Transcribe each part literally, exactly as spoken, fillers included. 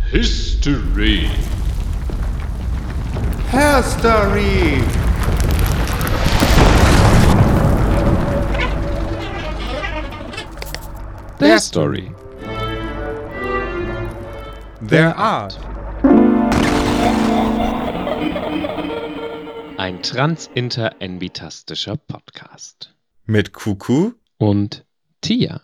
History. History. Der Story. Der Art. Ein transinter-envitastischer Podcast. Mit Kuku Und Tia.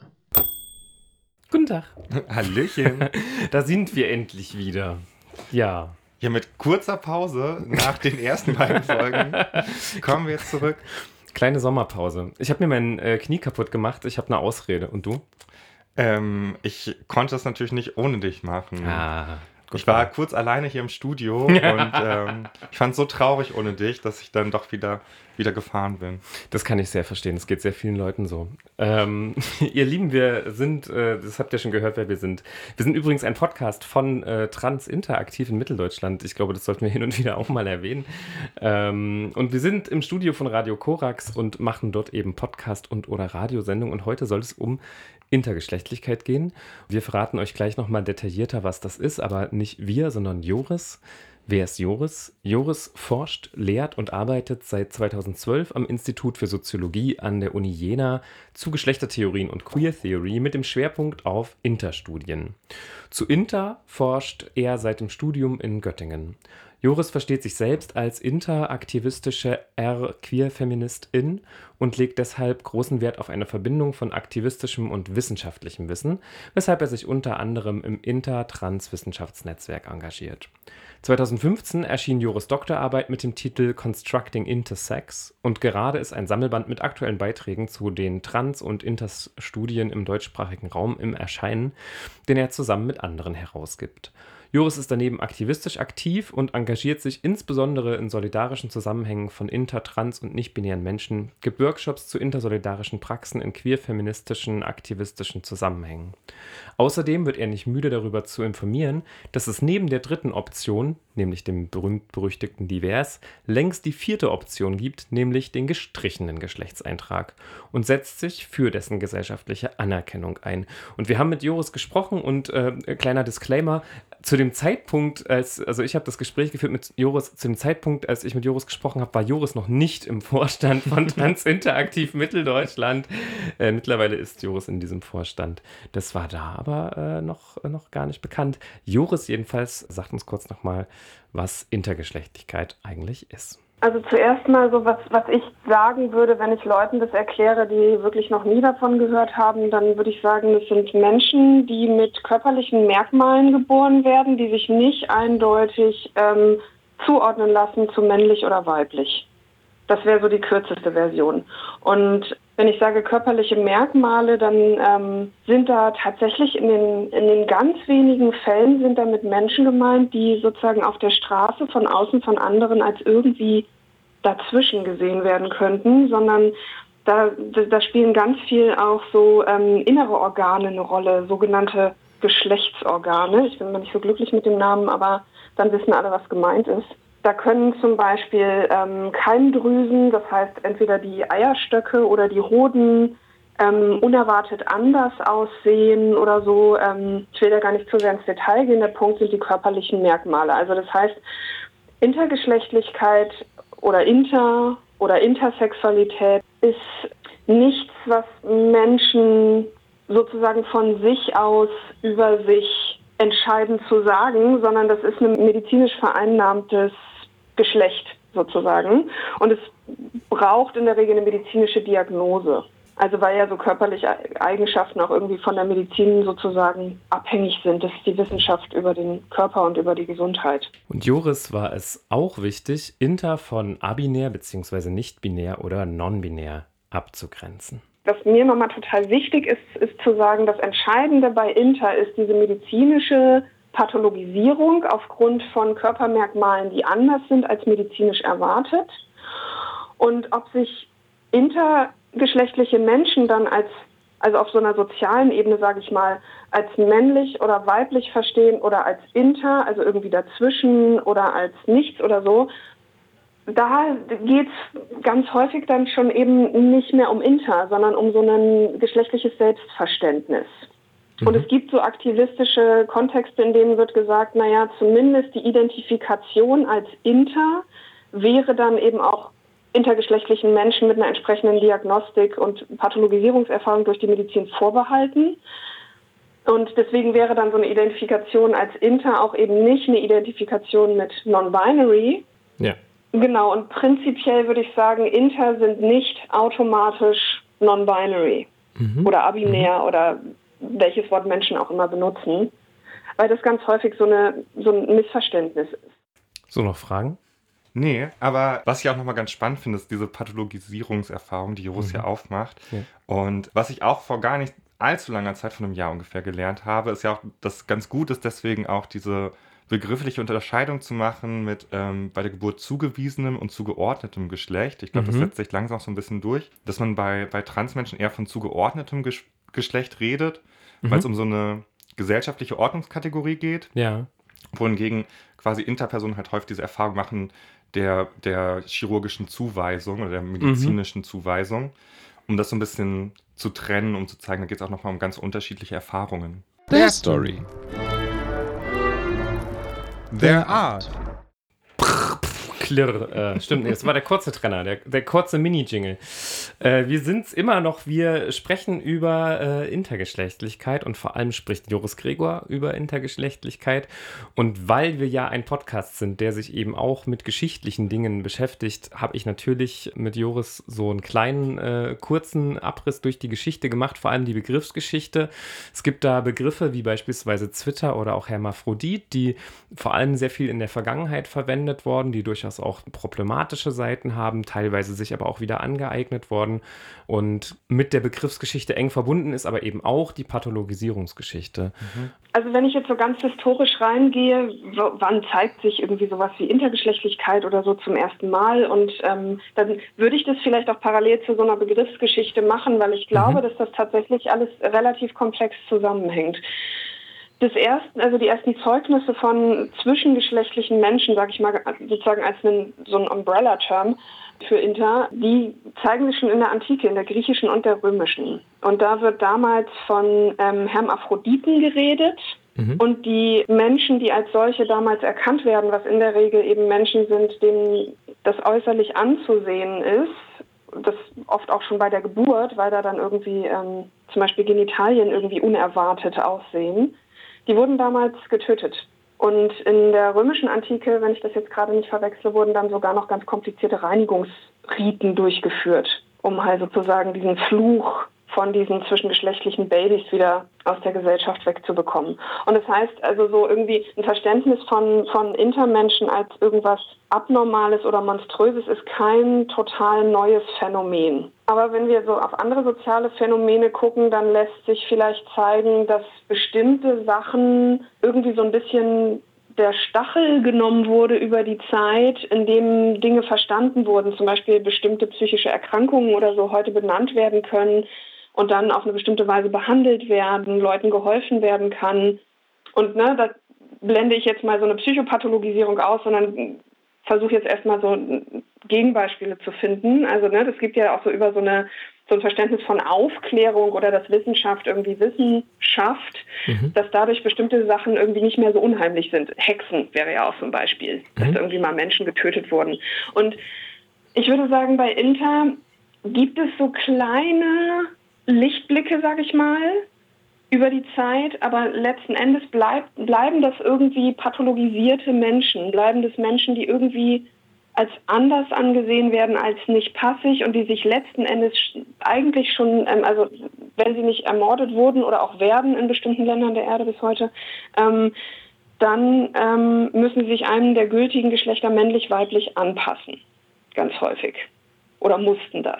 Guten Tag. Hallöchen. Da sind wir endlich wieder. Ja. Ja, mit kurzer Pause nach den ersten beiden Folgen kommen wir jetzt zurück. Kleine Sommerpause. Ich habe mir mein äh, Knie kaputt gemacht. Ich habe eine Ausrede. Und du? Ähm, ich konnte das natürlich nicht ohne dich machen. Ah, gut. Ich war kurz alleine hier im Studio und ähm, ich fand es so traurig ohne dich, dass ich dann doch wieder, wieder gefahren bin. Das kann ich sehr verstehen. Das geht sehr vielen Leuten so. Ähm, ihr Lieben, wir sind, äh, das habt ihr schon gehört, wer wir sind. Wir sind übrigens ein Podcast von äh, Trans Interaktiv in Mitteldeutschland. Ich glaube, das sollten wir hin und wieder auch mal erwähnen. Ähm, und wir sind im Studio von Radio Korax und machen dort eben Podcast und oder Radiosendung. Und heute soll es um Intergeschlechtlichkeit gehen. Wir verraten euch gleich nochmal detaillierter, was das ist, aber nicht wir, sondern Joris. Wer ist Joris? Joris forscht, lehrt und arbeitet seit zweitausendzwölf am Institut für Soziologie an der Uni Jena zu Geschlechtertheorien und Queer Theory mit dem Schwerpunkt auf Interstudien. Zu Inter forscht er seit dem Studium in Göttingen. Joris versteht sich selbst als interaktivistische R-Queer-Feministin und legt deshalb großen Wert auf eine Verbindung von aktivistischem und wissenschaftlichem Wissen, weshalb er sich unter anderem im Inter-Trans-Wissenschaftsnetzwerk engagiert. zweitausendfünfzehn erschien Joris' Doktorarbeit mit dem Titel Constructing Intersex und gerade ist ein Sammelband mit aktuellen Beiträgen zu den Trans- und Interstudien im deutschsprachigen Raum im Erscheinen, den er zusammen mit anderen herausgibt. Joris ist daneben aktivistisch aktiv und engagiert sich insbesondere in solidarischen Zusammenhängen von inter-, trans- und nicht-binären Menschen, gibt Workshops zu intersolidarischen Praxen in queer-feministischen, aktivistischen Zusammenhängen. Außerdem wird er nicht müde, darüber zu informieren, dass es neben der dritten Option, nämlich dem berühmt-berüchtigten Divers, längst die vierte Option gibt, nämlich den gestrichenen Geschlechtseintrag und setzt sich für dessen gesellschaftliche Anerkennung ein. Und wir haben mit Joris gesprochen und äh, kleiner Disclaimer, zu dem Zeitpunkt, als, also ich habe das Gespräch geführt mit Joris, zu dem Zeitpunkt, als ich mit Joris gesprochen habe, war Joris noch nicht im Vorstand von Trans Interaktiv Mitteldeutschland. Äh, mittlerweile ist Joris in diesem Vorstand. Das war da aber äh, noch, äh, noch gar nicht bekannt. Joris jedenfalls sagt uns kurz nochmal, was Intergeschlechtlichkeit eigentlich ist. Also zuerst mal so, was, was ich sagen würde, wenn ich Leuten das erkläre, die wirklich noch nie davon gehört haben, dann würde ich sagen, das sind Menschen, die mit körperlichen Merkmalen geboren werden, die sich nicht eindeutig ähm, zuordnen lassen zu männlich oder weiblich. Das wäre so die kürzeste Version. Und wenn ich sage körperliche Merkmale, dann ähm, sind da tatsächlich in den, in den ganz wenigen Fällen sind damit Menschen gemeint, die sozusagen auf der Straße von außen von anderen als irgendwie dazwischen gesehen werden könnten, sondern da, da spielen ganz viel auch so ähm, innere Organe eine Rolle, sogenannte Geschlechtsorgane. Ich bin mir nicht so glücklich mit dem Namen, aber dann wissen alle, was gemeint ist. Da können zum Beispiel ähm, Keimdrüsen, das heißt entweder die Eierstöcke oder die Hoden, ähm, unerwartet anders aussehen oder so. Ähm, ich will da gar nicht zu sehr ins Detail gehen. Der Punkt sind die körperlichen Merkmale. Also das heißt, Intergeschlechtlichkeit oder Inter- oder Intersexualität ist nichts, was Menschen sozusagen von sich aus über sich entscheiden zu sagen, sondern das ist ein medizinisch vereinnahmtes Geschlecht sozusagen. Und es braucht in der Regel eine medizinische Diagnose. Also weil ja so körperliche Eigenschaften auch irgendwie von der Medizin sozusagen abhängig sind. Das ist die Wissenschaft über den Körper und über die Gesundheit. Und Joris war es auch wichtig, inter von abinär bzw. nicht-binär oder non-binär abzugrenzen. Was mir nochmal total wichtig ist, ist zu sagen, das Entscheidende bei Inter ist diese medizinische Pathologisierung aufgrund von Körpermerkmalen, die anders sind als medizinisch erwartet. Und ob sich intergeschlechtliche Menschen dann als, also auf so einer sozialen Ebene, sage ich mal, als männlich oder weiblich verstehen oder als inter, also irgendwie dazwischen oder als nichts oder so, da geht es ganz häufig dann schon eben nicht mehr um Inter, sondern um so ein geschlechtliches Selbstverständnis. Mhm. Und es gibt so aktivistische Kontexte, in denen wird gesagt, naja, zumindest die Identifikation als inter wäre dann eben auch intergeschlechtlichen Menschen mit einer entsprechenden Diagnostik und Pathologisierungserfahrung durch die Medizin vorbehalten. Und deswegen wäre dann so eine Identifikation als inter auch eben nicht eine Identifikation mit non-binary. Ja. Genau, und prinzipiell würde ich sagen, inter sind nicht automatisch non-binary mhm. oder abinär mhm. oder welches Wort Menschen auch immer benutzen, weil das ganz häufig so, eine, so ein Missverständnis ist. So, noch Fragen? Nee, aber was ich auch nochmal ganz spannend finde, ist diese Pathologisierungserfahrung, die Joris mhm. ja aufmacht. Ja. Und was ich auch vor gar nicht allzu langer Zeit, von einem Jahr ungefähr, gelernt habe, ist ja auch, dass ganz gut ist, deswegen auch diese begriffliche Unterscheidung zu machen mit ähm, bei der Geburt zugewiesenem und zugeordnetem Geschlecht. Ich glaube, mhm. das setzt sich langsam so ein bisschen durch, dass man bei, bei Transmenschen eher von zugeordnetem Ges- Geschlecht redet, mhm. weil es um so eine gesellschaftliche Ordnungskategorie geht. Ja. Wohingegen quasi Interpersonen halt häufig diese Erfahrung machen der, der chirurgischen Zuweisung oder der medizinischen mhm. Zuweisung, um das so ein bisschen zu trennen, um zu zeigen, da geht es auch nochmal um ganz unterschiedliche Erfahrungen. Their Story. Their Art. Klirr, äh, stimmt, nee, das war der kurze Trenner, der, der kurze Mini-Jingle. Äh, wir sind's immer noch, wir sprechen über äh, Intergeschlechtlichkeit und vor allem spricht Joris Gregor über Intergeschlechtlichkeit. Und weil wir ja ein Podcast sind, der sich eben auch mit geschichtlichen Dingen beschäftigt, habe ich natürlich mit Joris so einen kleinen, äh, kurzen Abriss durch die Geschichte gemacht, vor allem die Begriffsgeschichte. Es gibt da Begriffe wie beispielsweise Zwitter oder auch Hermaphrodit, die vor allem sehr viel in der Vergangenheit verwendet wurden, die durchaus auch problematische Seiten haben, teilweise sich aber auch wieder angeeignet worden und mit der Begriffsgeschichte eng verbunden ist, aber eben auch die Pathologisierungsgeschichte. Mhm. Also wenn ich jetzt so ganz historisch reingehe, w- wann zeigt sich irgendwie sowas wie Intergeschlechtlichkeit oder so zum ersten Mal? Und ähm, dann würde ich das vielleicht auch parallel zu so einer Begriffsgeschichte machen, weil ich glaube, mhm. dass das tatsächlich alles relativ komplex zusammenhängt. Das erste, also die ersten Zeugnisse von zwischengeschlechtlichen Menschen, sage ich mal sozusagen als einen, so ein Umbrella-Term für Inter, die zeigen sich schon in der Antike, in der griechischen und der römischen. Und da wird damals von ähm, Hermaphroditen geredet. Mhm. Und die Menschen, die als solche damals erkannt werden, was in der Regel eben Menschen sind, denen das äußerlich anzusehen ist, das oft auch schon bei der Geburt, weil da dann irgendwie ähm, zum Beispiel Genitalien irgendwie unerwartet aussehen, die wurden damals getötet. Und in der römischen Antike, wenn ich das jetzt gerade nicht verwechsle, wurden dann sogar noch ganz komplizierte Reinigungsriten durchgeführt, um halt sozusagen diesen Fluch von diesen zwischengeschlechtlichen Babys wieder aus der Gesellschaft wegzubekommen. Und das heißt also so irgendwie ein Verständnis von, von Intermenschen als irgendwas Abnormales oder Monströses ist kein total neues Phänomen. Aber wenn wir so auf andere soziale Phänomene gucken, dann lässt sich vielleicht zeigen, dass bestimmte Sachen irgendwie so ein bisschen der Stachel genommen wurde über die Zeit, in dem Dinge verstanden wurden, zum Beispiel bestimmte psychische Erkrankungen oder so heute benannt werden können und dann auf eine bestimmte Weise behandelt werden, Leuten geholfen werden kann. Und ne, da blende ich jetzt mal so eine Psychopathologisierung aus, sondern versuche jetzt erstmal so Gegenbeispiele zu finden. Also ne, das gibt ja auch so über so eine so ein Verständnis von Aufklärung oder dass Wissenschaft irgendwie Wissen schafft, mhm. dass dadurch bestimmte Sachen irgendwie nicht mehr so unheimlich sind. Hexen wäre ja auch so ein Beispiel, mhm. dass irgendwie mal Menschen getötet wurden. Und ich würde sagen, bei Inter gibt es so kleine Lichtblicke, sag ich mal, über die Zeit, aber letzten Endes bleibt, bleiben das irgendwie pathologisierte Menschen, bleiben das Menschen, die irgendwie als anders angesehen werden, als nicht passig und die sich letzten Endes eigentlich schon, ähm, also wenn sie nicht ermordet wurden oder auch werden in bestimmten Ländern der Erde bis heute, ähm, dann ähm, müssen sie sich einem der gültigen Geschlechter männlich-weiblich anpassen, ganz häufig, oder mussten das.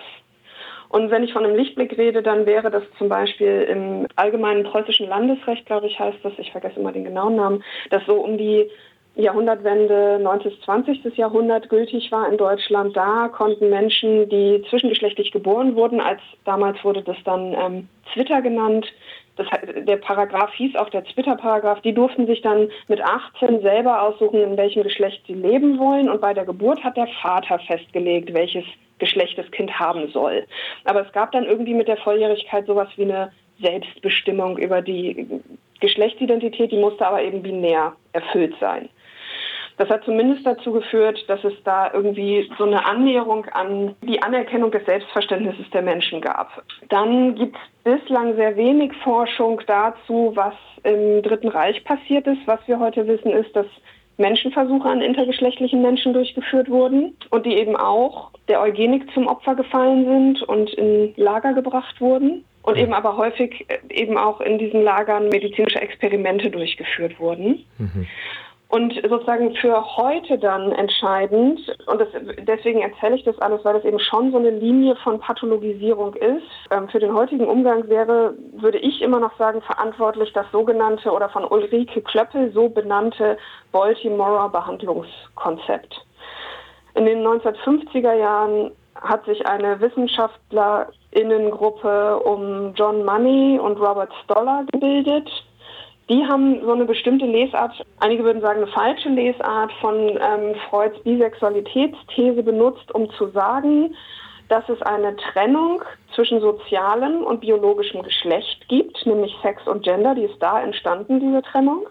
Und wenn ich von einem Lichtblick rede, dann wäre das zum Beispiel im allgemeinen preußischen Landesrecht, glaube ich, heißt das, ich vergesse immer den genauen Namen, dass so um die Jahrhundertwende neunzehntes, zwanzigstes Jahrhundert gültig war in Deutschland. Da konnten Menschen, die zwischengeschlechtlich geboren wurden, als damals wurde das dann ähm, Zwitter genannt, das, der Paragraph hieß auch der Zwitter-Paragraph, die durften sich dann mit achtzehn selber aussuchen, in welchem Geschlecht sie leben wollen. Und bei der Geburt hat der Vater festgelegt, welches Geschlecht das Kind haben soll. Aber es gab dann irgendwie mit der Volljährigkeit sowas wie eine Selbstbestimmung über die Geschlechtsidentität, die musste aber eben binär erfüllt sein. Das hat zumindest dazu geführt, dass es da irgendwie so eine Annäherung an die Anerkennung des Selbstverständnisses der Menschen gab. Dann gibt es bislang sehr wenig Forschung dazu, was im Dritten Reich passiert ist. Was wir heute wissen, ist, dass Menschenversuche an intergeschlechtlichen Menschen durchgeführt wurden und die eben auch der Eugenik zum Opfer gefallen sind und in Lager gebracht wurden. Und eben aber häufig eben auch in diesen Lagern medizinische Experimente durchgeführt wurden. Mhm. Und sozusagen für heute dann entscheidend, und das, deswegen erzähle ich das alles, weil das eben schon so eine Linie von Pathologisierung ist. Ähm, für den heutigen Umgang wäre, würde ich immer noch sagen, verantwortlich das sogenannte oder von Ulrike Klöppel so benannte Baltimorer Behandlungskonzept. In den neunzehnhundertfünfziger Jahren hat sich eine WissenschaftlerInnengruppe um John Money und Robert Stoller gebildet. Die haben so eine bestimmte Lesart, einige würden sagen eine falsche Lesart von ähm, Freuds Bisexualitätsthese benutzt, um zu sagen, dass es eine Trennung zwischen sozialem und biologischem Geschlecht gibt, nämlich Sex und Gender, die ist da entstanden, diese Trennung.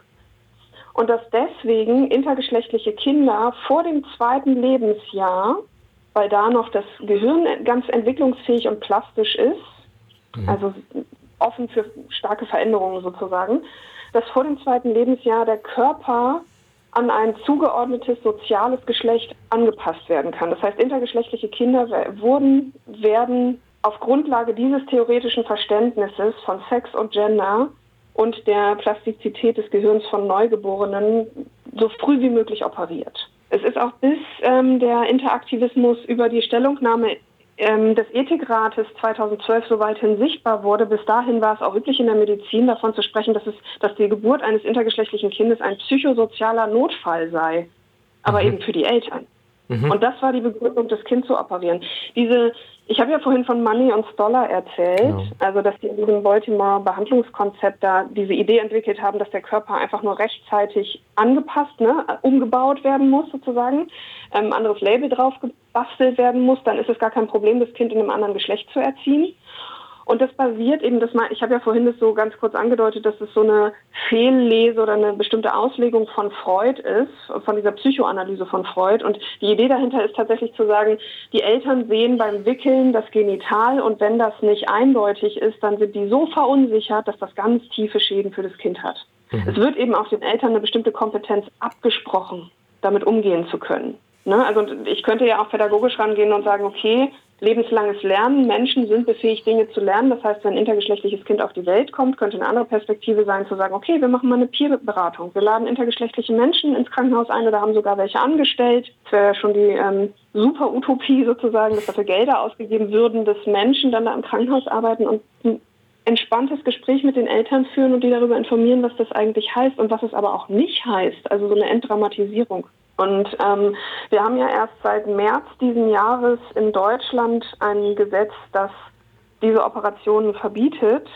Und dass deswegen intergeschlechtliche Kinder vor dem zweiten Lebensjahr, weil da noch das Gehirn ganz entwicklungsfähig und plastisch ist, mhm. also offen für starke Veränderungen sozusagen, dass vor dem zweiten Lebensjahr der Körper an ein zugeordnetes soziales Geschlecht angepasst werden kann. Das heißt, intergeschlechtliche Kinder wurden, werden auf Grundlage dieses theoretischen Verständnisses von Sex und Gender und der Plastizität des Gehirns von Neugeborenen so früh wie möglich operiert. Es ist auch bis ähm, der Interaktivismus über die Stellungnahme ähm, des Ethikrates zweitausendzwölf so weithin sichtbar wurde. Bis dahin war es auch üblich in der Medizin davon zu sprechen, dass, es, dass die Geburt eines intergeschlechtlichen Kindes ein psychosozialer Notfall sei, aber mhm. eben für die Eltern. Mhm. Und das war die Begründung, das Kind zu operieren. Diese, ich habe ja vorhin von Money und Stoller erzählt, genau. also dass die in diesem Baltimore Behandlungskonzept da diese Idee entwickelt haben, dass der Körper einfach nur rechtzeitig angepasst, ne, umgebaut werden muss sozusagen, ein ähm, anderes Label drauf gebastelt werden muss, dann ist es gar kein Problem, das Kind in einem anderen Geschlecht zu erziehen. Und das basiert eben, das mal, ich habe ja vorhin das so ganz kurz angedeutet, dass es so eine Fehllese oder eine bestimmte Auslegung von Freud ist, von dieser Psychoanalyse von Freud. Und die Idee dahinter ist tatsächlich zu sagen, die Eltern sehen beim Wickeln das Genital und wenn das nicht eindeutig ist, dann sind die so verunsichert, dass das ganz tiefe Schäden für das Kind hat. Mhm. Es wird eben auch den Eltern eine bestimmte Kompetenz abgesprochen, damit umgehen zu können. Ne? Also ich könnte ja auch pädagogisch rangehen und sagen, okay, lebenslanges Lernen, Menschen sind befähigt, Dinge zu lernen. Das heißt, wenn ein intergeschlechtliches Kind auf die Welt kommt, könnte eine andere Perspektive sein, zu sagen, okay, wir machen mal eine Peerberatung. Wir laden intergeschlechtliche Menschen ins Krankenhaus ein oder haben sogar welche angestellt. Das wäre ja schon die ähm, super Utopie sozusagen, dass dafür Gelder ausgegeben würden, dass Menschen dann da im Krankenhaus arbeiten und ein entspanntes Gespräch mit den Eltern führen und die darüber informieren, was das eigentlich heißt und was es aber auch nicht heißt. Also so eine Entdramatisierung. Und ähm, wir haben ja erst seit März diesen Jahres in Deutschland ein Gesetz, das diese Operationen verbietet.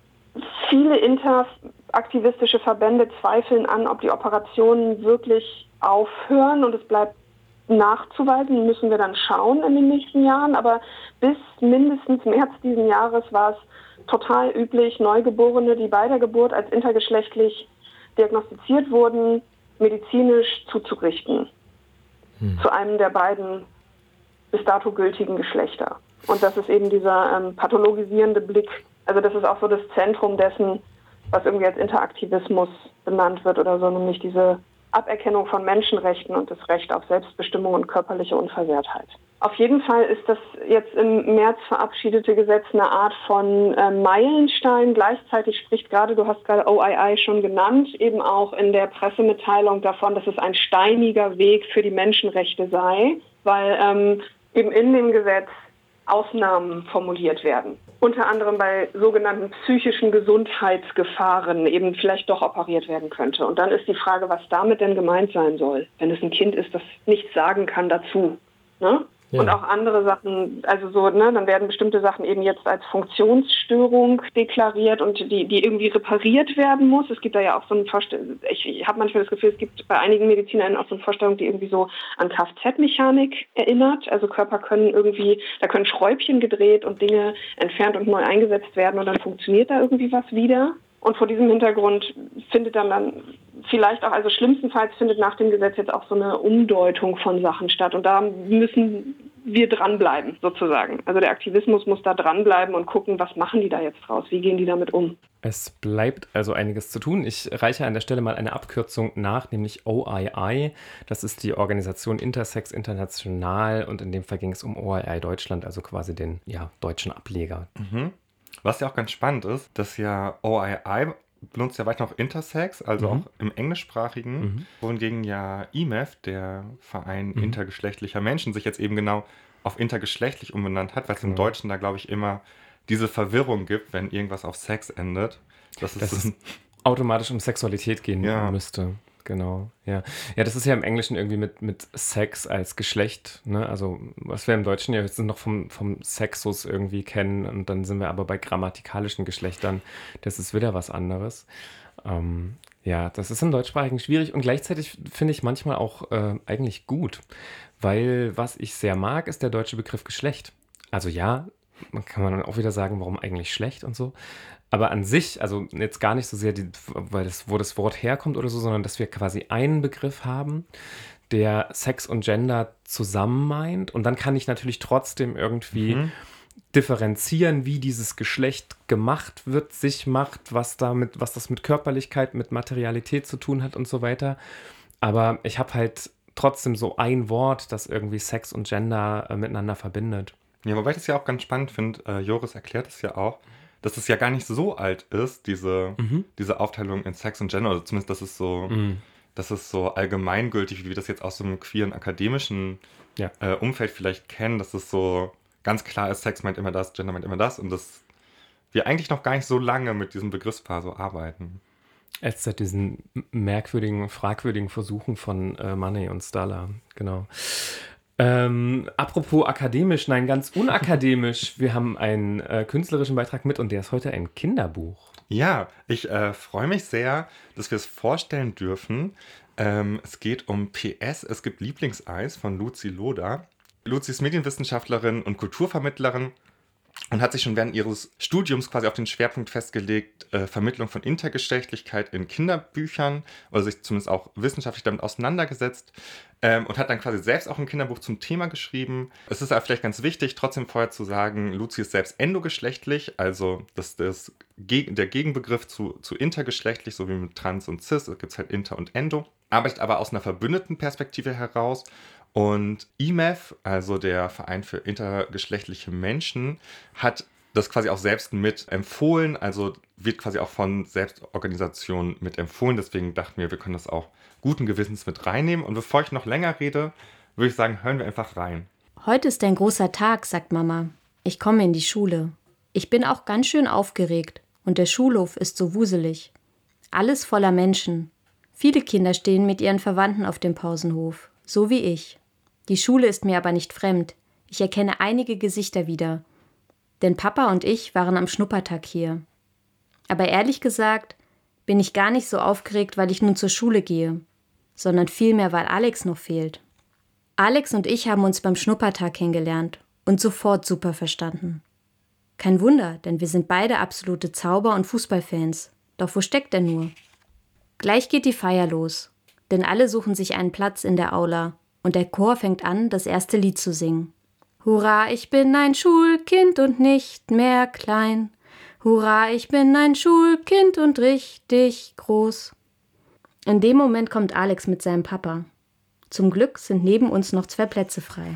Viele interaktivistische Verbände zweifeln an, ob die Operationen wirklich aufhören und es bleibt nachzuweisen, müssen wir dann schauen in den nächsten Jahren. Aber bis mindestens März diesen Jahres war es total üblich, Neugeborene, die bei der Geburt als intergeschlechtlich diagnostiziert wurden, medizinisch zuzurichten, hm. zu einem der beiden bis dato gültigen Geschlechter. Und das ist eben dieser ähm, pathologisierende Blick, also das ist auch so das Zentrum dessen, was irgendwie als Interaktivismus benannt wird oder so, nämlich diese Aberkennung von Menschenrechten und das Recht auf Selbstbestimmung und körperliche Unversehrtheit. Auf jeden Fall ist das jetzt im März verabschiedete Gesetz eine Art von äh, Meilenstein. Gleichzeitig spricht gerade, du hast gerade O I I schon genannt, eben auch in der Pressemitteilung davon, dass es ein steiniger Weg für die Menschenrechte sei, weil ähm, eben in dem Gesetz Ausnahmen formuliert werden. Unter anderem bei sogenannten psychischen Gesundheitsgefahren eben vielleicht doch operiert werden könnte. Und dann ist die Frage, was damit denn gemeint sein soll, wenn es ein Kind ist, das nichts sagen kann dazu. Ne? Ja. Und auch andere Sachen, also so, ne, dann werden bestimmte Sachen eben jetzt als Funktionsstörung deklariert und die, die irgendwie repariert werden muss. Es gibt da ja auch so eine Vorstellung, ich, ich habe manchmal das Gefühl, es gibt bei einigen Medizinern auch so eine Vorstellung, die irgendwie so an Kfz-Mechanik erinnert. Also Körper können irgendwie, da können Schräubchen gedreht und Dinge entfernt und neu eingesetzt werden und dann funktioniert da irgendwie was wieder. Und vor diesem Hintergrund findet dann dann vielleicht auch, also schlimmstenfalls findet nach dem Gesetz jetzt auch so eine Umdeutung von Sachen statt. Und da müssen wir dranbleiben, sozusagen. Also der Aktivismus muss da dranbleiben und gucken, was machen die da jetzt draus? Wie gehen die damit um? Es bleibt also einiges zu tun. Ich reiche an der Stelle mal eine Abkürzung nach, nämlich O I I. Das ist die Organisation Intersex International und in dem Fall ging es um O I I Deutschland, also quasi den ja, deutschen Ableger. Mhm. Was ja auch ganz spannend ist, dass ja O I I benutzt ja weiter noch Intersex, also Mhm. auch im Englischsprachigen, Mhm. wohingegen ja I M E F, der Verein Mhm. intergeschlechtlicher Menschen, sich jetzt eben genau auf intergeschlechtlich umbenannt hat, weil es im Genau. Deutschen da, glaube ich, immer diese Verwirrung gibt, wenn irgendwas auf Sex endet. Das ist, Das so ist automatisch um Sexualität gehen Ja. müsste. Genau, ja. Ja, das ist ja im Englischen irgendwie mit, mit Sex als Geschlecht, ne? Also, was wir im Deutschen ja jetzt noch vom, vom Sexus irgendwie kennen und dann sind wir aber bei grammatikalischen Geschlechtern. Das ist wieder was anderes. Ähm, ja, das ist im Deutschsprachigen schwierig und gleichzeitig finde ich manchmal auch äh, eigentlich gut, weil was ich sehr mag, ist der deutsche Begriff Geschlecht. Also ja, man kann man dann auch wieder sagen, warum eigentlich schlecht und so. Aber an sich, also jetzt gar nicht so sehr, die, weil das, wo das Wort herkommt oder so, sondern dass wir quasi einen Begriff haben, der Sex und Gender zusammen meint. Und dann kann ich natürlich trotzdem irgendwie Mhm. differenzieren, wie dieses Geschlecht gemacht wird, sich macht, was damit, was das mit Körperlichkeit, mit Materialität zu tun hat und so weiter. Aber ich habe halt trotzdem so ein Wort, das irgendwie Sex und Gender äh, miteinander verbindet. Ja, wobei ich das ja auch ganz spannend finde, äh, Joris erklärt es ja auch, dass es ja gar nicht so alt ist, diese, Mhm. diese Aufteilung in Sex und Gender, oder zumindest, dass es so, Mhm. dass es so allgemeingültig, wie wir das jetzt aus so einem queeren akademischen Ja. äh, Umfeld vielleicht kennen, dass es so ganz klar ist, Sex meint immer das, Gender meint immer das und dass wir eigentlich noch gar nicht so lange mit diesem Begriffspaar so arbeiten. Erst seit diesen m- merkwürdigen, fragwürdigen Versuchen von äh, Money und Stala, genau. Ähm, apropos akademisch, nein, ganz unakademisch. Wir haben einen äh, künstlerischen Beitrag mit und der ist heute ein Kinderbuch. Ja, ich äh, freue mich sehr, dass wir es vorstellen dürfen. Ähm, es geht um P S, es gibt Lieblingseis von Luzi Loda. Luzi ist Medienwissenschaftlerin und Kulturvermittlerin und hat sich schon während ihres Studiums quasi auf den Schwerpunkt festgelegt, äh, Vermittlung von Intergeschlechtlichkeit in Kinderbüchern oder sich zumindest auch wissenschaftlich damit auseinandergesetzt ähm, und hat dann quasi selbst auch ein Kinderbuch zum Thema geschrieben. Es ist aber vielleicht ganz wichtig, trotzdem vorher zu sagen, Luzi ist selbst endogeschlechtlich, also das, das Geg- der Gegenbegriff zu, zu intergeschlechtlich, so wie mit Trans und Cis, es gibt halt Inter und Endo, arbeitet aber aus einer verbündeten Perspektive heraus. Und I M E F, also der Verein für intergeschlechtliche Menschen, hat das quasi auch selbst mit empfohlen, also wird quasi auch von Selbstorganisationen mit empfohlen. Deswegen dachten wir, wir können das auch guten Gewissens mit reinnehmen. Und bevor ich noch länger rede, würde ich sagen, hören wir einfach rein. Heute ist ein großer Tag, sagt Mama. Ich komme in die Schule. Ich bin auch ganz schön aufgeregt und der Schulhof ist so wuselig. Alles voller Menschen. Viele Kinder stehen mit ihren Verwandten auf dem Pausenhof, so wie ich. Die Schule ist mir aber nicht fremd. Ich erkenne einige Gesichter wieder. Denn Papa und ich waren am Schnuppertag hier. Aber ehrlich gesagt bin ich gar nicht so aufgeregt, weil ich nun zur Schule gehe, sondern vielmehr, weil Alex noch fehlt. Alex und ich haben uns beim Schnuppertag kennengelernt und sofort super verstanden. Kein Wunder, denn wir sind beide absolute Zauber- und Fußballfans. Doch wo steckt er nur? Gleich geht die Feier los, denn alle suchen sich einen Platz in der Aula und der Chor fängt an, das erste Lied zu singen. Hurra, ich bin ein Schulkind und nicht mehr klein. Hurra, ich bin ein Schulkind und richtig groß. In dem Moment kommt Alex mit seinem Papa. Zum Glück sind neben uns noch zwei Plätze frei.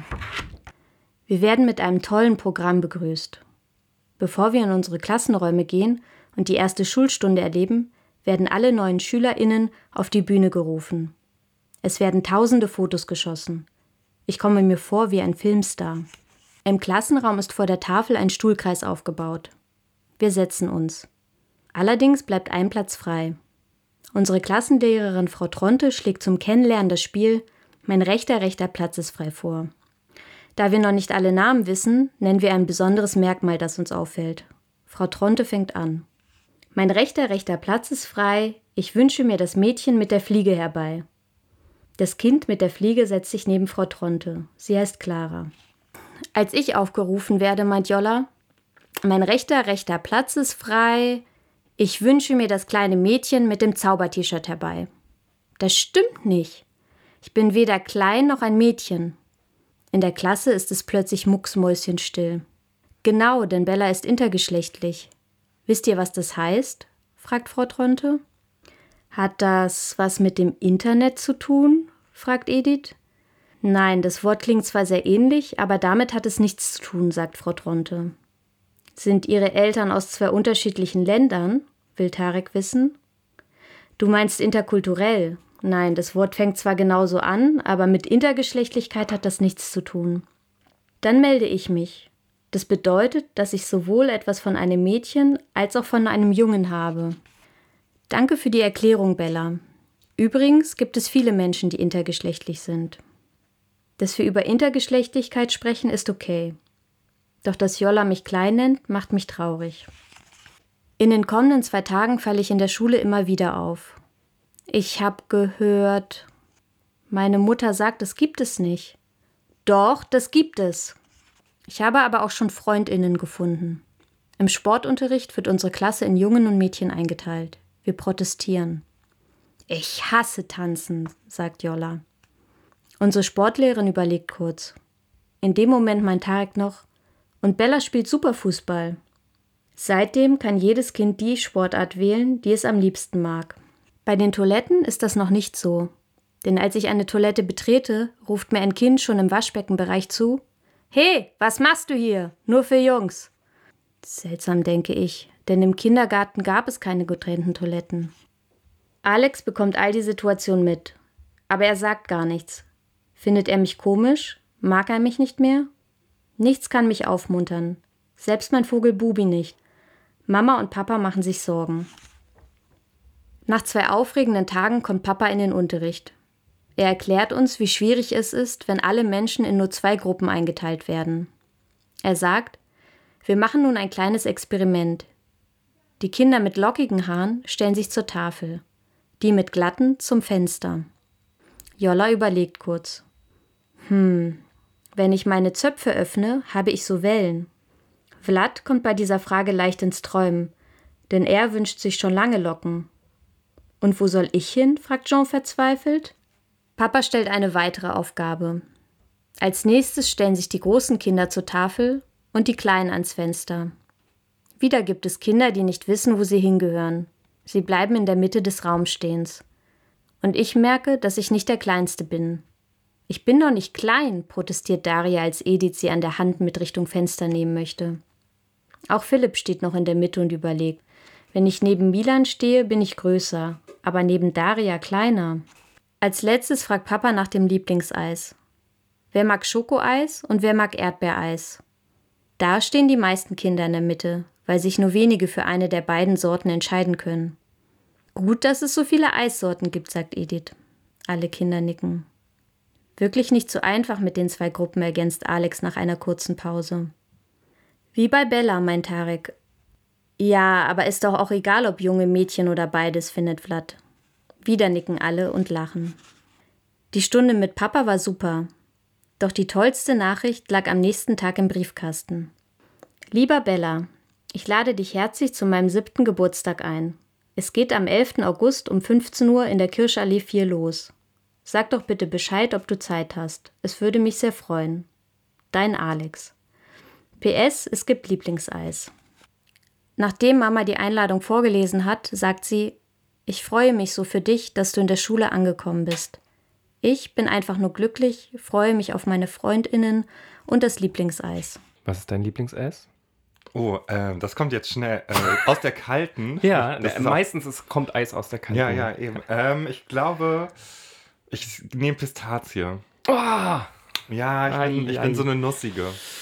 Wir werden mit einem tollen Programm begrüßt. Bevor wir in unsere Klassenräume gehen und die erste Schulstunde erleben, werden alle neuen SchülerInnen auf die Bühne gerufen. Es werden tausende Fotos geschossen. Ich komme mir vor wie ein Filmstar. Im Klassenraum ist vor der Tafel ein Stuhlkreis aufgebaut. Wir setzen uns. Allerdings bleibt ein Platz frei. Unsere Klassenlehrerin Frau Tronte schlägt zum Kennenlernen das Spiel »Mein rechter, rechter Platz ist frei« vor. Da wir noch nicht alle Namen wissen, nennen wir ein besonderes Merkmal, das uns auffällt. Frau Tronte fängt an. Mein rechter, rechter Platz ist frei. Ich wünsche mir das Mädchen mit der Fliege herbei. Das Kind mit der Fliege setzt sich neben Frau Tronte. Sie heißt Clara. Als ich aufgerufen werde, meint Jolla, mein rechter, rechter Platz ist frei. Ich wünsche mir das kleine Mädchen mit dem Zauber-T-Shirt herbei. Das stimmt nicht. Ich bin weder klein noch ein Mädchen. In der Klasse ist es plötzlich mucksmäuschenstill. Genau, denn Bella ist intergeschlechtlich. Wisst ihr, was das heißt? Fragt Frau Tronte. Hat das was mit dem Internet zu tun? Fragt Edith. Nein, das Wort klingt zwar sehr ähnlich, aber damit hat es nichts zu tun, sagt Frau Tronte. Sind Ihre Eltern aus zwei unterschiedlichen Ländern? Will Tarek wissen. Du meinst interkulturell. Nein, das Wort fängt zwar genauso an, aber mit Intergeschlechtlichkeit hat das nichts zu tun. Dann melde ich mich. Das bedeutet, dass ich sowohl etwas von einem Mädchen als auch von einem Jungen habe. Danke für die Erklärung, Bella. Übrigens gibt es viele Menschen, die intergeschlechtlich sind. Dass wir über Intergeschlechtlichkeit sprechen, ist okay. Doch dass Jolla mich klein nennt, macht mich traurig. In den kommenden zwei Tagen falle ich in der Schule immer wieder auf. Ich habe gehört, meine Mutter sagt, das gibt es nicht. Doch, das gibt es. Ich habe aber auch schon FreundInnen gefunden. Im Sportunterricht wird unsere Klasse in Jungen und Mädchen eingeteilt. Wir protestieren. Ich hasse Tanzen, sagt Jolla. Unsere Sportlehrerin überlegt kurz. In dem Moment meint Tarek noch, und Bella spielt Superfußball. Seitdem kann jedes Kind die Sportart wählen, die es am liebsten mag. Bei den Toiletten ist das noch nicht so. Denn als ich eine Toilette betrete, ruft mir ein Kind schon im Waschbeckenbereich zu: Hey, was machst du hier? Nur für Jungs. Seltsam, denke ich, denn im Kindergarten gab es keine getrennten Toiletten. Alex bekommt all die Situation mit. Aber er sagt gar nichts. Findet er mich komisch? Mag er mich nicht mehr? Nichts kann mich aufmuntern. Selbst mein Vogel Bubi nicht. Mama und Papa machen sich Sorgen. Nach zwei aufregenden Tagen kommt Papa in den Unterricht. Er erklärt uns, wie schwierig es ist, wenn alle Menschen in nur zwei Gruppen eingeteilt werden. Er sagt, wir machen nun ein kleines Experiment. Die Kinder mit lockigen Haaren stellen sich zur Tafel, die mit glatten zum Fenster. Jolla überlegt kurz. Hm, wenn ich meine Zöpfe öffne, habe ich so Wellen. Vlad kommt bei dieser Frage leicht ins Träumen, denn er wünscht sich schon lange Locken. Und wo soll ich hin? Fragt Jean verzweifelt. Papa stellt eine weitere Aufgabe. Als nächstes stellen sich die großen Kinder zur Tafel und die Kleinen ans Fenster. Wieder gibt es Kinder, die nicht wissen, wo sie hingehören. Sie bleiben in der Mitte des Raumstehens. Und ich merke, dass ich nicht der Kleinste bin. Ich bin doch nicht klein, protestiert Daria, als Edith sie an der Hand mit Richtung Fenster nehmen möchte. Auch Philipp steht noch in der Mitte und überlegt. Wenn ich neben Milan stehe, bin ich größer, aber neben Daria kleiner. Als letztes fragt Papa nach dem Lieblingseis. Wer mag Schokoeis und wer mag Erdbeereis? Da stehen die meisten Kinder in der Mitte, weil sich nur wenige für eine der beiden Sorten entscheiden können. Gut, dass es so viele Eissorten gibt, sagt Edith. Alle Kinder nicken. Wirklich nicht so einfach mit den zwei Gruppen, ergänzt Alex nach einer kurzen Pause. Wie bei Bella, meint Tarek. Ja, aber ist doch auch egal, ob junge Mädchen oder beides, findet Vlad. Wieder nicken alle und lachen. Die Stunde mit Papa war super. Doch die tollste Nachricht lag am nächsten Tag im Briefkasten. Lieber Bella, ich lade dich herzlich zu meinem siebten Geburtstag ein. Es geht am elften August um fünfzehn Uhr in der Kirschallee vier los. Sag doch bitte Bescheid, ob du Zeit hast. Es würde mich sehr freuen. Dein Alex. P S. Es gibt Lieblingseis. Nachdem Mama die Einladung vorgelesen hat, sagt sie, ich freue mich so für dich, dass du in der Schule angekommen bist. Ich bin einfach nur glücklich, freue mich auf meine FreundInnen und das Lieblingseis. Was ist dein Lieblingseis? Oh, äh, das kommt jetzt schnell äh, aus der kalten. Ja, das äh, meistens ist, kommt Eis aus der kalten. Ja, ja, eben. Ähm, ich glaube, ich nehme Pistazie. Oh! Ja, ich, Ai, bin, ich ai. bin so eine Nussige.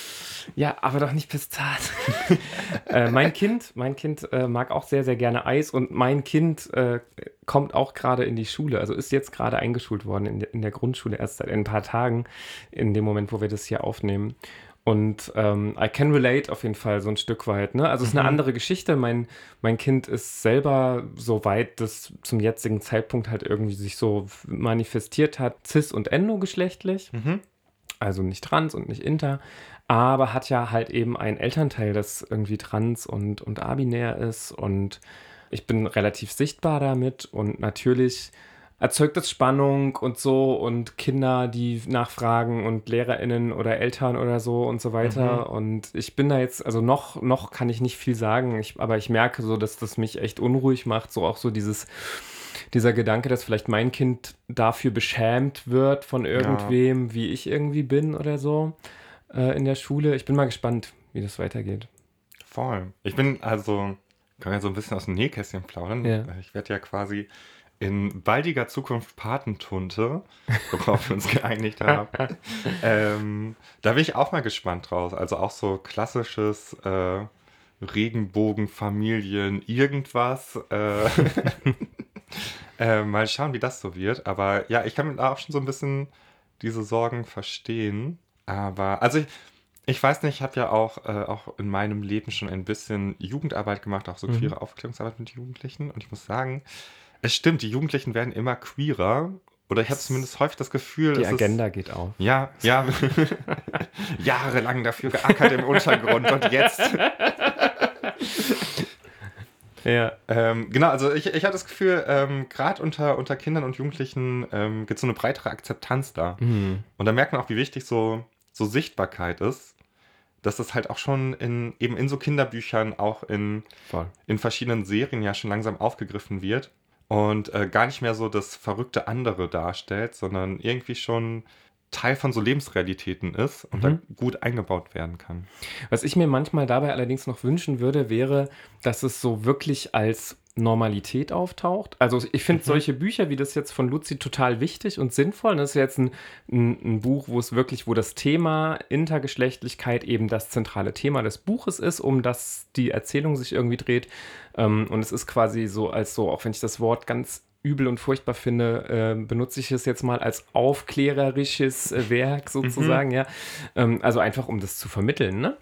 Ja, aber doch nicht Pistat. äh, mein Kind, mein Kind äh, mag auch sehr, sehr gerne Eis und mein Kind äh, kommt auch gerade in die Schule, also ist jetzt gerade eingeschult worden in, de, in der Grundschule, erst seit ein paar Tagen, in dem Moment, wo wir das hier aufnehmen. Und ähm, I can relate auf jeden Fall so ein Stück weit. Ne? Also es ist eine andere Geschichte. Mein, mein Kind ist selber so weit, dass zum jetzigen Zeitpunkt halt irgendwie sich so manifestiert hat, cis- und endogeschlechtlich. Mhm. Also nicht trans und nicht inter. Aber hat ja halt eben einen Elternteil, das irgendwie trans und, und abinär ist. Und ich bin relativ sichtbar damit. Und natürlich erzeugt das Spannung und so und Kinder, die nachfragen und LehrerInnen oder Eltern oder so und so weiter. Mhm. Und ich bin da jetzt, also noch, noch kann ich nicht viel sagen, ich, aber ich merke so, dass das mich echt unruhig macht. So auch so dieses, dieser Gedanke, dass vielleicht mein Kind dafür beschämt wird von irgendwem, ja. wie ich irgendwie bin oder so äh, in der Schule. Ich bin mal gespannt, wie das weitergeht. Voll. Ich bin also, kann ja so ein bisschen aus dem Nähkästchen plaudern. Ja. Ich werde ja quasi in baldiger Zukunft Patentunte, worauf wir uns geeinigt haben. ähm, da bin ich auch mal gespannt draus. Also auch so klassisches äh, Regenbogenfamilien, irgendwas. Äh, äh, mal schauen, wie das so wird. Aber ja, ich kann auch schon so ein bisschen diese Sorgen verstehen. Aber, also ich, ich weiß nicht, ich habe ja auch, äh, auch in meinem Leben schon ein bisschen Jugendarbeit gemacht, auch so Mhm. queere Aufklärungsarbeit mit Jugendlichen. Und ich muss sagen, es stimmt, die Jugendlichen werden immer queerer. Oder ich habe zumindest häufig das Gefühl, Die es Agenda ist, geht auf. ja, ja, jahrelang dafür geackert im Untergrund und jetzt. Ja. Ähm, genau, also ich, ich habe das Gefühl, ähm, gerade unter, unter Kindern und Jugendlichen ähm, gibt es so eine breitere Akzeptanz da. Mhm. Und da merkt man auch, wie wichtig so, so Sichtbarkeit ist, dass das halt auch schon in, eben in so Kinderbüchern, auch in, Voll. in verschiedenen Serien ja schon langsam aufgegriffen wird und äh, gar nicht mehr so das verrückte andere darstellt, sondern irgendwie schon Teil von so Lebensrealitäten ist und Mhm. da gut eingebaut werden kann. Was ich mir manchmal dabei allerdings noch wünschen würde, wäre, dass es so wirklich als Normalität auftaucht. Also ich finde Mhm. solche Bücher wie das jetzt von Luzi total wichtig und sinnvoll. Das ist jetzt ein, ein, ein Buch, wo es wirklich, wo das Thema Intergeschlechtlichkeit eben das zentrale Thema des Buches ist, um das die Erzählung sich irgendwie dreht. Ähm, und es ist quasi so als so, auch wenn ich das Wort ganz übel und furchtbar finde, äh, benutze ich es jetzt mal als aufklärerisches äh, Werk sozusagen, ja. Ähm, also einfach, um das zu vermitteln, ne?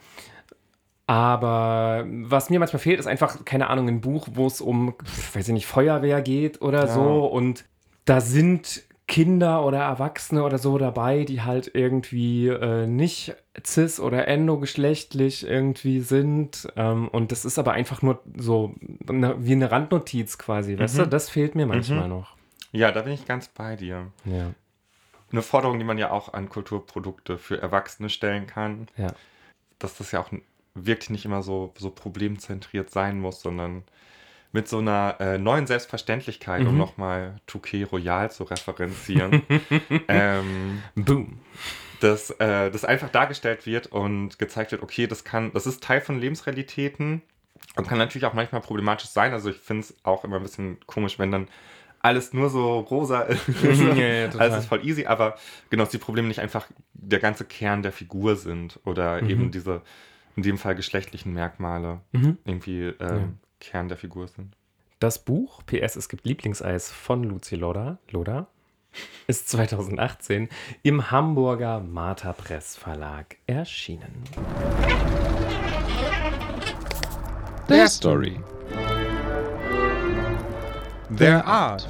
Aber was mir manchmal fehlt, ist einfach, keine Ahnung, ein Buch, wo es um, weiß ich nicht, Feuerwehr geht oder Ja. so. Und da sind Kinder oder Erwachsene oder so dabei, die halt irgendwie äh, nicht cis- oder endogeschlechtlich irgendwie sind. Ähm, und das ist aber einfach nur so eine, wie eine Randnotiz quasi, weißt du? Das fehlt mir manchmal noch. Ja, da bin ich ganz bei dir. Ja, Eine Forderung, die man ja auch an Kulturprodukte für Erwachsene stellen kann, ja. dass das ja auch wirklich nicht immer so, so problemzentriert sein muss, sondern mit so einer äh, neuen Selbstverständlichkeit, um Mhm. nochmal Touquet Royal zu referenzieren, ähm, Boom. dass äh, das einfach dargestellt wird und gezeigt wird, okay, das kann, das ist Teil von Lebensrealitäten und kann natürlich auch manchmal problematisch sein. Also ich finde es auch immer ein bisschen komisch, wenn dann alles nur so rosa ist. Ja, ja, total. Alles ist voll easy, aber genau, dass die Probleme nicht einfach der ganze Kern der Figur sind oder Mhm. eben diese, in dem Fall geschlechtlichen Merkmale Mhm. irgendwie ähm, Ja. Kern der Figur sind. Das Buch, P S, es gibt Lieblingseis von Luzi Loda, Loda, ist zweitausendachtzehn im Hamburger Martha Press Verlag erschienen. Their story. Their art.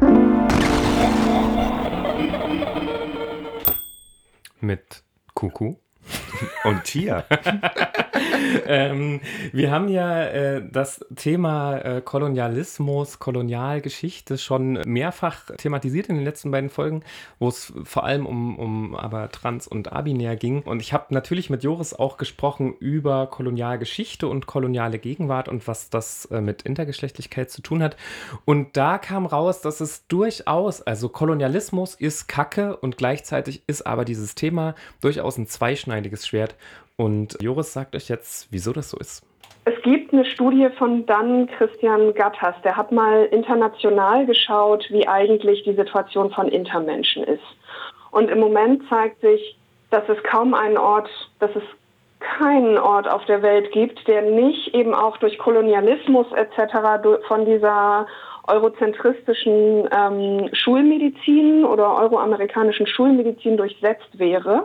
Mit Kuku. Und Tier. ähm, wir haben ja äh, das Thema äh, Kolonialismus, Kolonialgeschichte schon mehrfach thematisiert in den letzten beiden Folgen, wo es vor allem um, um aber Trans- und Abinär ging. Und ich habe natürlich mit Joris auch gesprochen über Kolonialgeschichte und koloniale Gegenwart und was das äh, mit Intergeschlechtlichkeit zu tun hat. Und da kam raus, dass es durchaus, also Kolonialismus ist Kacke und gleichzeitig ist aber dieses Thema durchaus ein zweischneidiges Schwert. Und Joris sagt euch jetzt, wieso das so ist. Es gibt eine Studie von Dan Christian Gattas, der hat mal international geschaut, wie eigentlich die Situation von Intermenschen ist. Und im Moment zeigt sich, dass es kaum einen Ort, dass es keinen Ort auf der Welt gibt, der nicht eben auch durch Kolonialismus et cetera von dieser eurozentristischen ähm, Schulmedizin oder euroamerikanischen Schulmedizin durchsetzt wäre.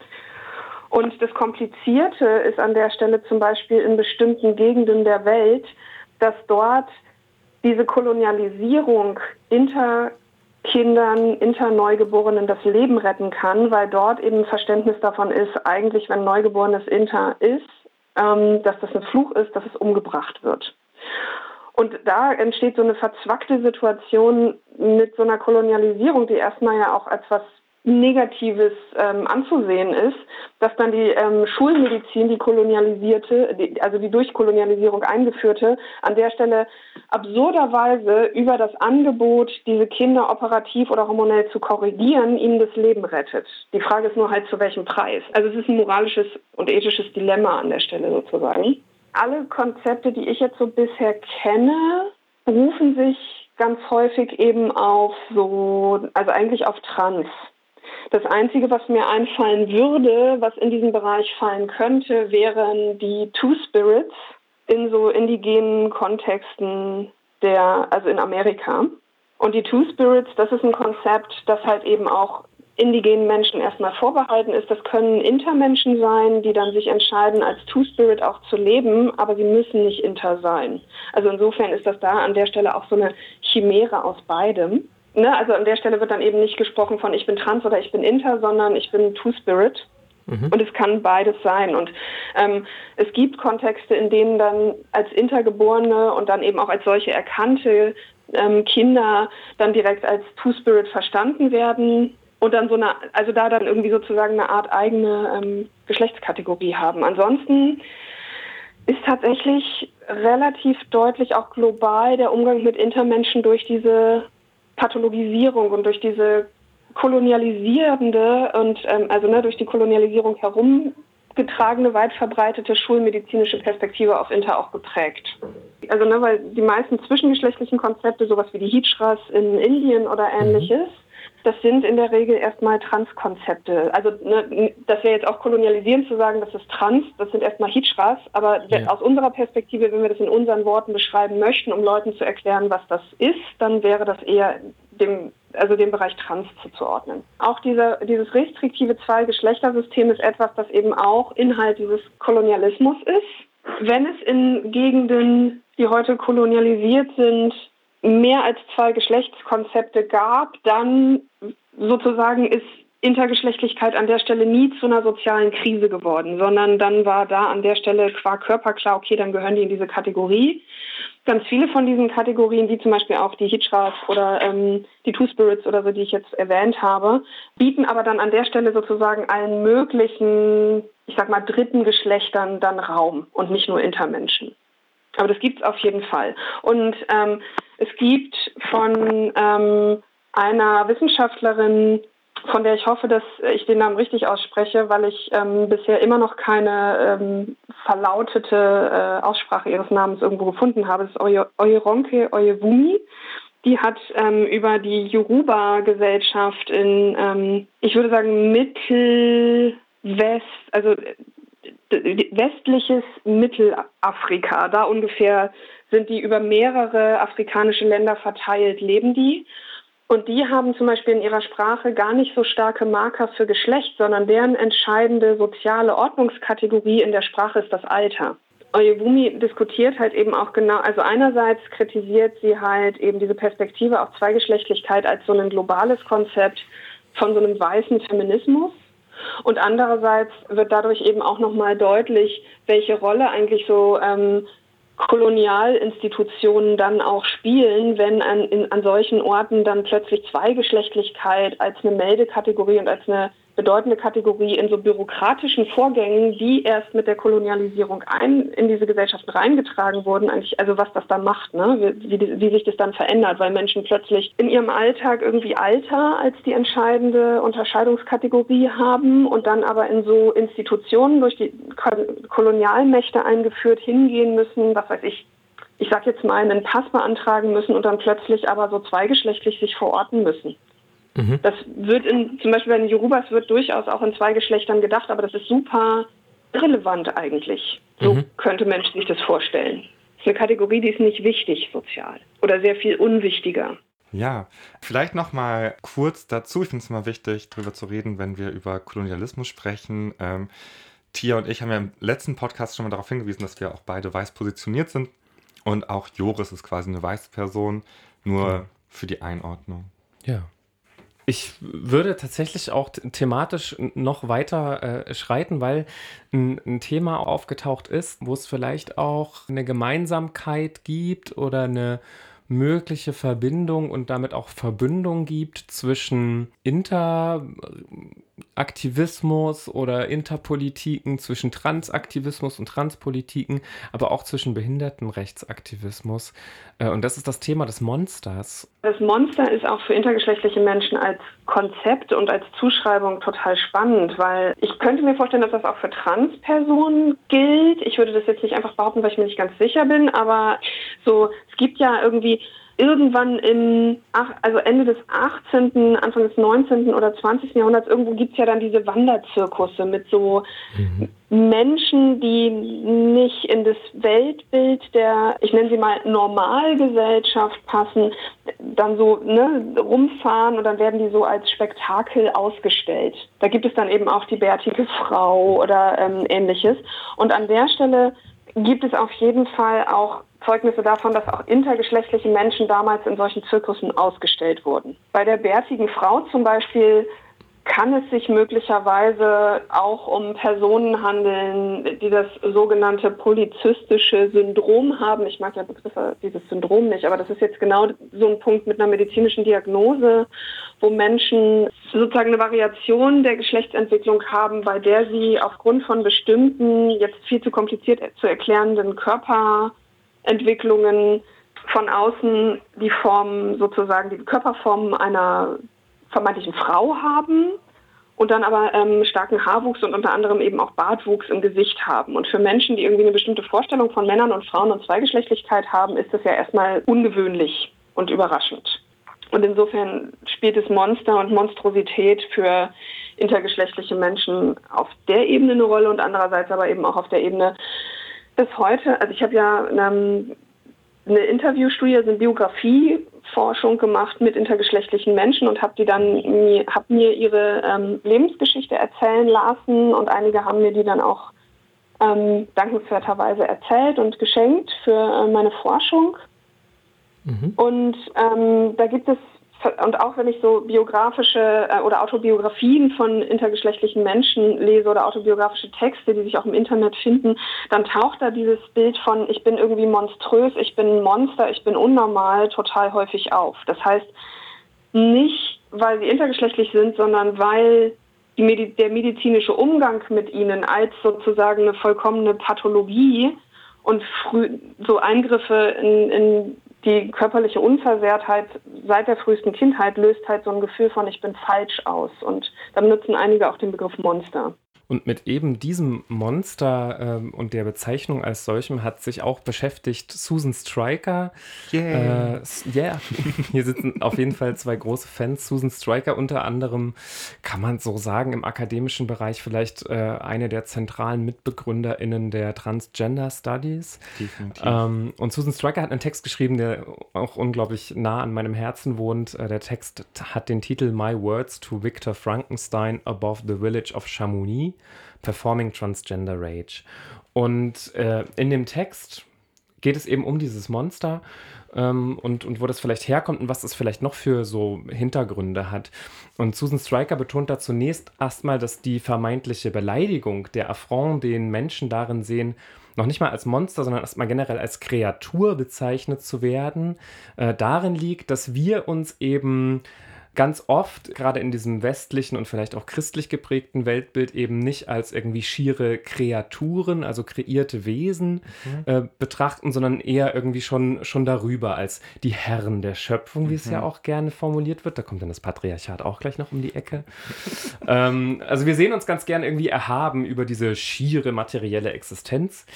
Und das Komplizierte ist an der Stelle zum Beispiel in bestimmten Gegenden der Welt, dass dort diese Kolonialisierung inter Kindern, Interneugeborenen das Leben retten kann, weil dort eben Verständnis davon ist, eigentlich, wenn Neugeborenes Inter ist, ähm, dass das ein Fluch ist, dass es umgebracht wird. Und da entsteht so eine verzwackte Situation mit so einer Kolonialisierung, die erstmal ja auch als was Negatives ähm, anzusehen ist, dass dann die ähm, Schulmedizin, die kolonialisierte, die, also die durch Kolonialisierung eingeführte, an der Stelle absurderweise über das Angebot, diese Kinder operativ oder hormonell zu korrigieren, ihnen das Leben rettet. Die Frage ist nur halt, zu welchem Preis. Also es ist ein moralisches und ethisches Dilemma an der Stelle sozusagen. Alle Konzepte, die ich jetzt so bisher kenne, berufen sich ganz häufig eben auf so, also eigentlich auf Trans. Das Einzige, was mir einfallen würde, was in diesen Bereich fallen könnte, wären die Two-Spirits in so indigenen Kontexten der, also in Amerika. Und die Two-Spirits, das ist ein Konzept, das halt eben auch indigenen Menschen erstmal vorbehalten ist. Das können Intermenschen sein, die dann sich entscheiden, als Two-Spirit auch zu leben, aber sie müssen nicht inter sein. Also insofern ist das da an der Stelle auch so eine Chimäre aus beidem. Ne, also an der Stelle wird dann eben nicht gesprochen von ich bin trans oder ich bin inter, sondern ich bin Two-Spirit. Mhm. Und es kann beides sein. Und ähm, es gibt Kontexte, in denen dann als Intergeborene und dann eben auch als solche erkannte ähm, Kinder dann direkt als Two-Spirit verstanden werden und dann so eine, also da dann irgendwie sozusagen eine Art eigene ähm, Geschlechtskategorie haben. Ansonsten ist tatsächlich relativ deutlich auch global der Umgang mit Intermenschen durch diese Pathologisierung und durch diese kolonialisierende und ähm, also ne, durch die Kolonialisierung herumgetragene, weit verbreitete schulmedizinische Perspektive auf Inter auch geprägt. Also ne, weil die meisten zwischengeschlechtlichen Konzepte, sowas wie die Hijras in Indien oder ähnliches, das sind in der Regel erstmal Trans-Konzepte. Also ne, das wäre jetzt auch kolonialisierend zu sagen, das ist trans, das sind erstmal Hijras, aber ja. Aus unserer Perspektive, wenn wir das in unseren Worten beschreiben möchten, um Leuten zu erklären, was das ist, dann wäre das eher dem, also dem Bereich Trans zuzuordnen. Auch dieser, dieses restriktive Zwei-Geschlechter-System ist etwas, das eben auch Inhalt dieses Kolonialismus ist. Wenn es in Gegenden, die heute kolonialisiert sind, mehr als zwei Geschlechtskonzepte gab, dann sozusagen ist Intergeschlechtlichkeit an der Stelle nie zu einer sozialen Krise geworden, sondern dann war da an der Stelle qua Körper klar, okay, dann gehören die in diese Kategorie. Ganz viele von diesen Kategorien, wie zum Beispiel auch die Hijras oder ähm, die Two-Spirits oder so, die ich jetzt erwähnt habe, bieten aber dann an der Stelle sozusagen allen möglichen, ich sag mal, dritten Geschlechtern dann Raum und nicht nur Intermenschen. Aber das gibt es auf jeden Fall. Und ähm, es gibt von ähm, einer Wissenschaftlerin, von der ich hoffe, dass ich den Namen richtig ausspreche, weil ich ähm, bisher immer noch keine ähm, verlautete äh, Aussprache ihres Namens irgendwo gefunden habe. Das ist Oye, Oyeronke Oyewumi. Die hat ähm, über die Yoruba-Gesellschaft in, ähm, ich würde sagen, Mittelwest, also westliches Mittelafrika, da ungefähr sind die über mehrere afrikanische Länder verteilt, leben die. Und die haben zum Beispiel in ihrer Sprache gar nicht so starke Marker für Geschlecht, sondern deren entscheidende soziale Ordnungskategorie in der Sprache ist das Alter. Oyewumi diskutiert halt eben auch genau, also einerseits kritisiert sie halt eben diese Perspektive auf Zweigeschlechtlichkeit als so ein globales Konzept von so einem weißen Feminismus. Und andererseits wird dadurch eben auch nochmal deutlich, welche Rolle eigentlich so ähm, Kolonialinstitutionen dann auch spielen, wenn an, in, an solchen Orten dann plötzlich Zweigeschlechtlichkeit als eine Meldekategorie und als eine bedeutende Kategorie in so bürokratischen Vorgängen, die erst mit der Kolonialisierung ein, in diese Gesellschaften reingetragen wurden, eigentlich, also was das dann macht, ne? wie, wie, wie sich das dann verändert, weil Menschen plötzlich in ihrem Alltag irgendwie Alter als die entscheidende Unterscheidungskategorie haben und dann aber in so Institutionen durch die Kolonialmächte eingeführt hingehen müssen, was weiß ich, ich sag jetzt mal, einen Pass beantragen müssen und dann plötzlich aber so zweigeschlechtlich sich verorten müssen. Das wird in, zum Beispiel bei den Yorubas wird durchaus auch in zwei Geschlechtern gedacht, aber das ist super irrelevant eigentlich. So mhm. könnte Mensch sich das vorstellen. Das ist eine Kategorie, die ist nicht wichtig sozial oder sehr viel unwichtiger. Ja, vielleicht noch mal kurz dazu. Ich finde es immer wichtig, darüber zu reden, wenn wir über Kolonialismus sprechen. Ähm, Tia und ich haben ja im letzten Podcast schon mal darauf hingewiesen, dass wir auch beide weiß positioniert sind. Und auch Joris ist quasi eine weiße Person, nur ja. für die Einordnung. Ja. Ich würde tatsächlich auch thematisch noch weiter äh, schreiten, weil ein, ein Thema aufgetaucht ist, wo es vielleicht auch eine Gemeinsamkeit gibt oder eine mögliche Verbindung und damit auch Verbündung gibt zwischen Interaktivismus oder Interpolitiken, zwischen Transaktivismus und Transpolitiken, aber auch zwischen Behindertenrechtsaktivismus. Und das ist das Thema des Monsters. Das Monster ist auch für intergeschlechtliche Menschen als Konzept und als Zuschreibung total spannend, weil ich könnte mir vorstellen, dass das auch für Transpersonen gilt. Ich würde das jetzt nicht einfach behaupten, weil ich mir nicht ganz sicher bin, aber so, es gibt ja irgendwie irgendwann im, also Ende des achtzehnten, Anfang des neunzehnten oder zwanzigsten Jahrhunderts, irgendwo gibt es ja dann diese Wanderzirkusse mit so mhm. Menschen, die nicht in das Weltbild der, ich nenne sie mal Normalgesellschaft passen, dann so ne, rumfahren und dann werden die so als Spektakel ausgestellt. Da gibt es dann eben auch die bärtige Frau oder ähm, ähnliches. Und an der Stelle gibt es auf jeden Fall auch Zeugnisse davon, dass auch intergeschlechtliche Menschen damals in solchen Zirkussen ausgestellt wurden. Bei der bärtigen Frau zum Beispiel kann es sich möglicherweise auch um Personen handeln, die das sogenannte polizistische Syndrom haben. Ich mag ja Begriffe, dieses Syndrom nicht, aber das ist jetzt genau so ein Punkt mit einer medizinischen Diagnose, wo Menschen sozusagen eine Variation der Geschlechtsentwicklung haben, bei der sie aufgrund von bestimmten, jetzt viel zu kompliziert zu erklärenden Körperentwicklungen von außen die Form, sozusagen die Körperform einer vermeintlichen Frau haben und dann aber ähm, starken Haarwuchs und unter anderem eben auch Bartwuchs im Gesicht haben. Und für Menschen, die irgendwie eine bestimmte Vorstellung von Männern und Frauen und Zweigeschlechtlichkeit haben, ist das ja erstmal ungewöhnlich und überraschend. Und insofern spielt es Monster und Monstrosität für intergeschlechtliche Menschen auf der Ebene eine Rolle und andererseits aber eben auch auf der Ebene bis heute. Also ich habe ja ähm, eine Interviewstudie, also eine Biografieforschung gemacht mit intergeschlechtlichen Menschen und habe die dann hab mir ihre ähm, Lebensgeschichte erzählen lassen und einige haben mir die dann auch ähm, dankenswerterweise erzählt und geschenkt für äh, meine Forschung. Mhm. Und ähm, da gibt es, und auch wenn ich so biografische äh, oder Autobiografien von intergeschlechtlichen Menschen lese oder autobiografische Texte, die sich auch im Internet finden, dann taucht da dieses Bild von ich bin irgendwie monströs, ich bin ein Monster, ich bin unnormal total häufig auf. Das heißt, nicht, weil sie intergeschlechtlich sind, sondern weil die Medi- der medizinische Umgang mit ihnen als sozusagen eine vollkommene Pathologie und früh, so Eingriffe in, in die körperliche Unversehrtheit seit der frühesten Kindheit löst halt so ein Gefühl von ich bin falsch aus. Und dann nutzen einige auch den Begriff Monster. Und mit eben diesem Monster ähm, und der Bezeichnung als solchem hat sich auch beschäftigt Susan Stryker. Yeah. Äh, yeah. Hier sitzen auf jeden Fall zwei große Fans. Susan Stryker unter anderem, kann man so sagen, im akademischen Bereich vielleicht äh, eine der zentralen MitbegründerInnen der Transgender Studies. Definitiv. Ähm, und Susan Stryker hat einen Text geschrieben, der auch unglaublich nah an meinem Herzen wohnt. Äh, der Text hat den Titel My Words to Victor Frankenstein Above the Village of Chamonix. Performing Transgender Rage. Und äh, in dem Text geht es eben um dieses Monster ähm, und, und wo das vielleicht herkommt und was es vielleicht noch für so Hintergründe hat. Und Susan Stryker betont da zunächst erstmal, dass die vermeintliche Beleidigung, der Affront, den Menschen darin sehen, noch nicht mal als Monster, sondern erstmal generell als Kreatur bezeichnet zu werden, äh, darin liegt, dass wir uns eben ganz oft, gerade in diesem westlichen und vielleicht auch christlich geprägten Weltbild, eben nicht als irgendwie schiere Kreaturen, also kreierte Wesen mhm. äh, betrachten, sondern eher irgendwie schon, schon darüber als die Herren der Schöpfung, wie mhm. es ja auch gerne formuliert wird. Da kommt dann das Patriarchat auch gleich noch um die Ecke. ähm, also wir sehen uns ganz gern irgendwie erhaben über diese schiere materielle Existenz.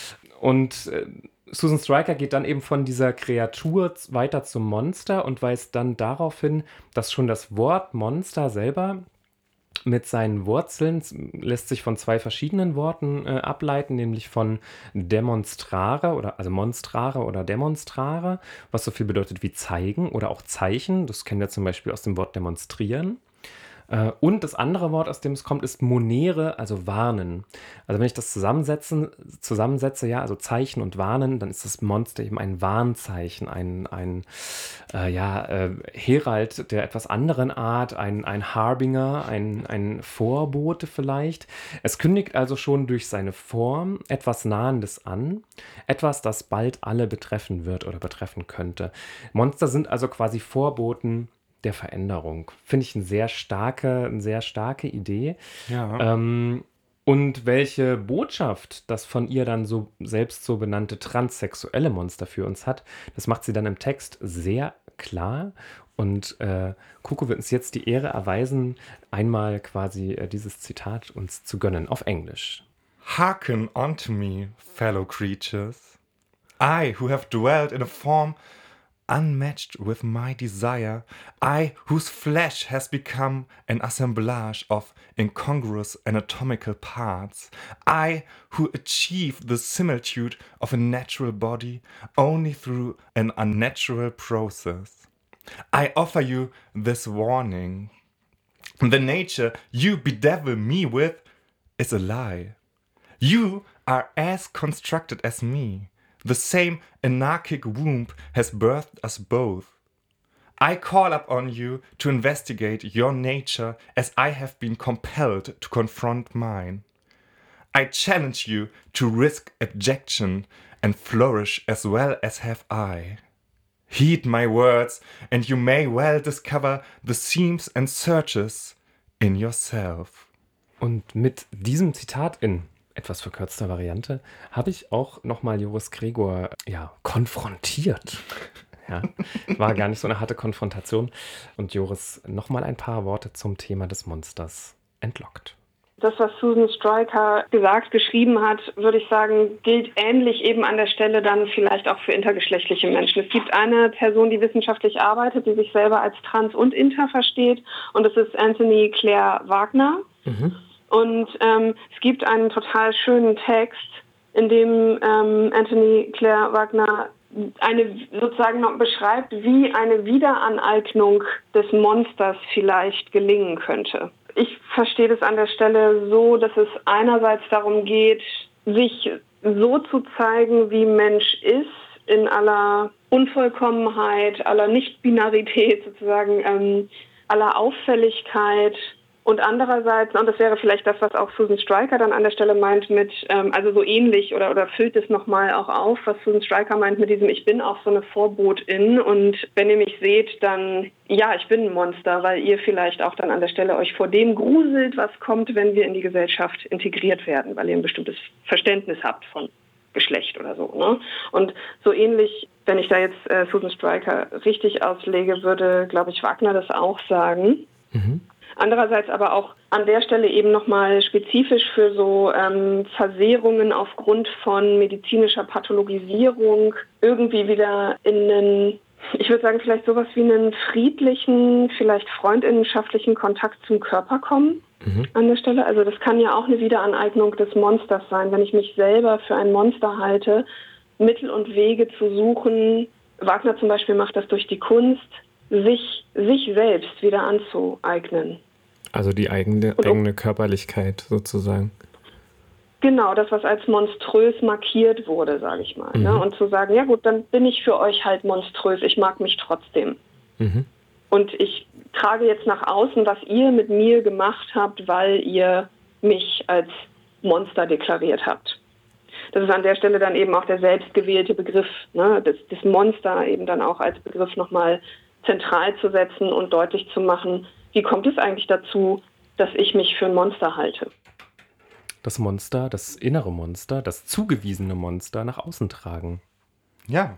Und äh, Susan Stryker geht dann eben von dieser Kreatur weiter zum Monster und weist dann darauf hin, dass schon das Wort Monster selber mit seinen Wurzeln lässt sich von zwei verschiedenen Worten äh, ableiten, nämlich von demonstrare oder also monstrare oder demonstrare, was so viel bedeutet wie zeigen oder auch Zeichen. Das kennen wir zum Beispiel aus dem Wort demonstrieren. Äh, und das andere Wort, aus dem es kommt, ist monere, also warnen. Also wenn ich das zusammensetzen, zusammensetze, ja, also Zeichen und warnen, dann ist das Monster eben ein Warnzeichen, ein, ein äh, ja, äh, Herald der etwas anderen Art, ein, ein Harbinger, ein, ein Vorbote vielleicht. Es kündigt also schon durch seine Form etwas Nahendes an, etwas, das bald alle betreffen wird oder betreffen könnte. Monster sind also quasi Vorboten der Veränderung. Finde ich eine sehr starke, eine sehr starke Idee. Ja. Ähm, und welche Botschaft das von ihr dann so selbst so benannte transsexuelle Monster für uns hat, das macht sie dann im Text sehr klar. Und äh, Coco wird uns jetzt die Ehre erweisen, einmal quasi äh, dieses Zitat uns zu gönnen, auf Englisch. Hearken unto me, fellow creatures. I, who have dwelt in a form unmatched with my desire, I, whose flesh has become an assemblage of incongruous anatomical parts, I, who achieve the similitude of a natural body only through an unnatural process. I offer you this warning. The nature you bedevil me with is a lie. You are as constructed as me. The same anarchic womb has birthed us both. I call upon you to investigate your nature as I have been compelled to confront mine. I challenge you to risk abjection and flourish as well as have I. Heed my words, and you may well discover the seams and searches in yourself. Und mit diesem Zitat in etwas verkürzter Variante habe ich auch nochmal Joris Gregor ja, konfrontiert. Ja, war gar nicht so eine harte Konfrontation. Und Joris nochmal ein paar Worte zum Thema des Monsters entlockt. Das, was Susan Stryker gesagt, geschrieben hat, würde ich sagen, gilt ähnlich eben an der Stelle dann vielleicht auch für intergeschlechtliche Menschen. Es gibt eine Person, die wissenschaftlich arbeitet, die sich selber als trans und inter versteht, und das ist Anthony Claire Wagner. Mhm. Und ähm, es gibt einen total schönen Text, in dem ähm, Anthony Claire Wagner eine sozusagen noch beschreibt, wie eine Wiederaneignung des Monsters vielleicht gelingen könnte. Ich verstehe das an der Stelle so, dass es einerseits darum geht, sich so zu zeigen, wie Mensch ist, in aller Unvollkommenheit, aller Nichtbinarität sozusagen, ähm, aller Auffälligkeit. Und andererseits, und das wäre vielleicht das, was auch Susan Stryker dann an der Stelle meint mit, ähm, also so ähnlich oder, oder füllt es nochmal auch auf, was Susan Stryker meint mit diesem, ich bin auch so eine Vorbotin, und wenn ihr mich seht, dann, ja, ich bin ein Monster, weil ihr vielleicht auch dann an der Stelle euch vor dem gruselt, was kommt, wenn wir in die Gesellschaft integriert werden, weil ihr ein bestimmtes Verständnis habt von Geschlecht oder so. Ne? Und so ähnlich, wenn ich da jetzt äh, Susan Stryker richtig auslege, würde, glaube ich, Wagner das auch sagen. Mhm. Andererseits aber auch an der Stelle eben nochmal spezifisch für so ähm, Versehrungen aufgrund von medizinischer Pathologisierung irgendwie wieder in einen, ich würde sagen, vielleicht sowas wie einen friedlichen, vielleicht freundinnenschaftlichen Kontakt zum Körper kommen mhm. an der Stelle. Also das kann ja auch eine Wiederaneignung des Monsters sein, wenn ich mich selber für ein Monster halte, Mittel und Wege zu suchen. Wagner zum Beispiel macht das durch die Kunst, sich, sich selbst wieder anzueignen. Also die eigene, eigene Körperlichkeit sozusagen. Genau, das, was als monströs markiert wurde, sage ich mal. Mhm. Ne? Und zu sagen, ja gut, dann bin ich für euch halt monströs, ich mag mich trotzdem. Mhm. Und ich trage jetzt nach außen, was ihr mit mir gemacht habt, weil ihr mich als Monster deklariert habt. Das ist an der Stelle dann eben auch der selbstgewählte Begriff, ne? das, das Monster eben dann auch als Begriff nochmal zentral zu setzen und deutlich zu machen, wie kommt es eigentlich dazu, dass ich mich für ein Monster halte. Das Monster, das innere Monster, das zugewiesene Monster nach außen tragen. Ja.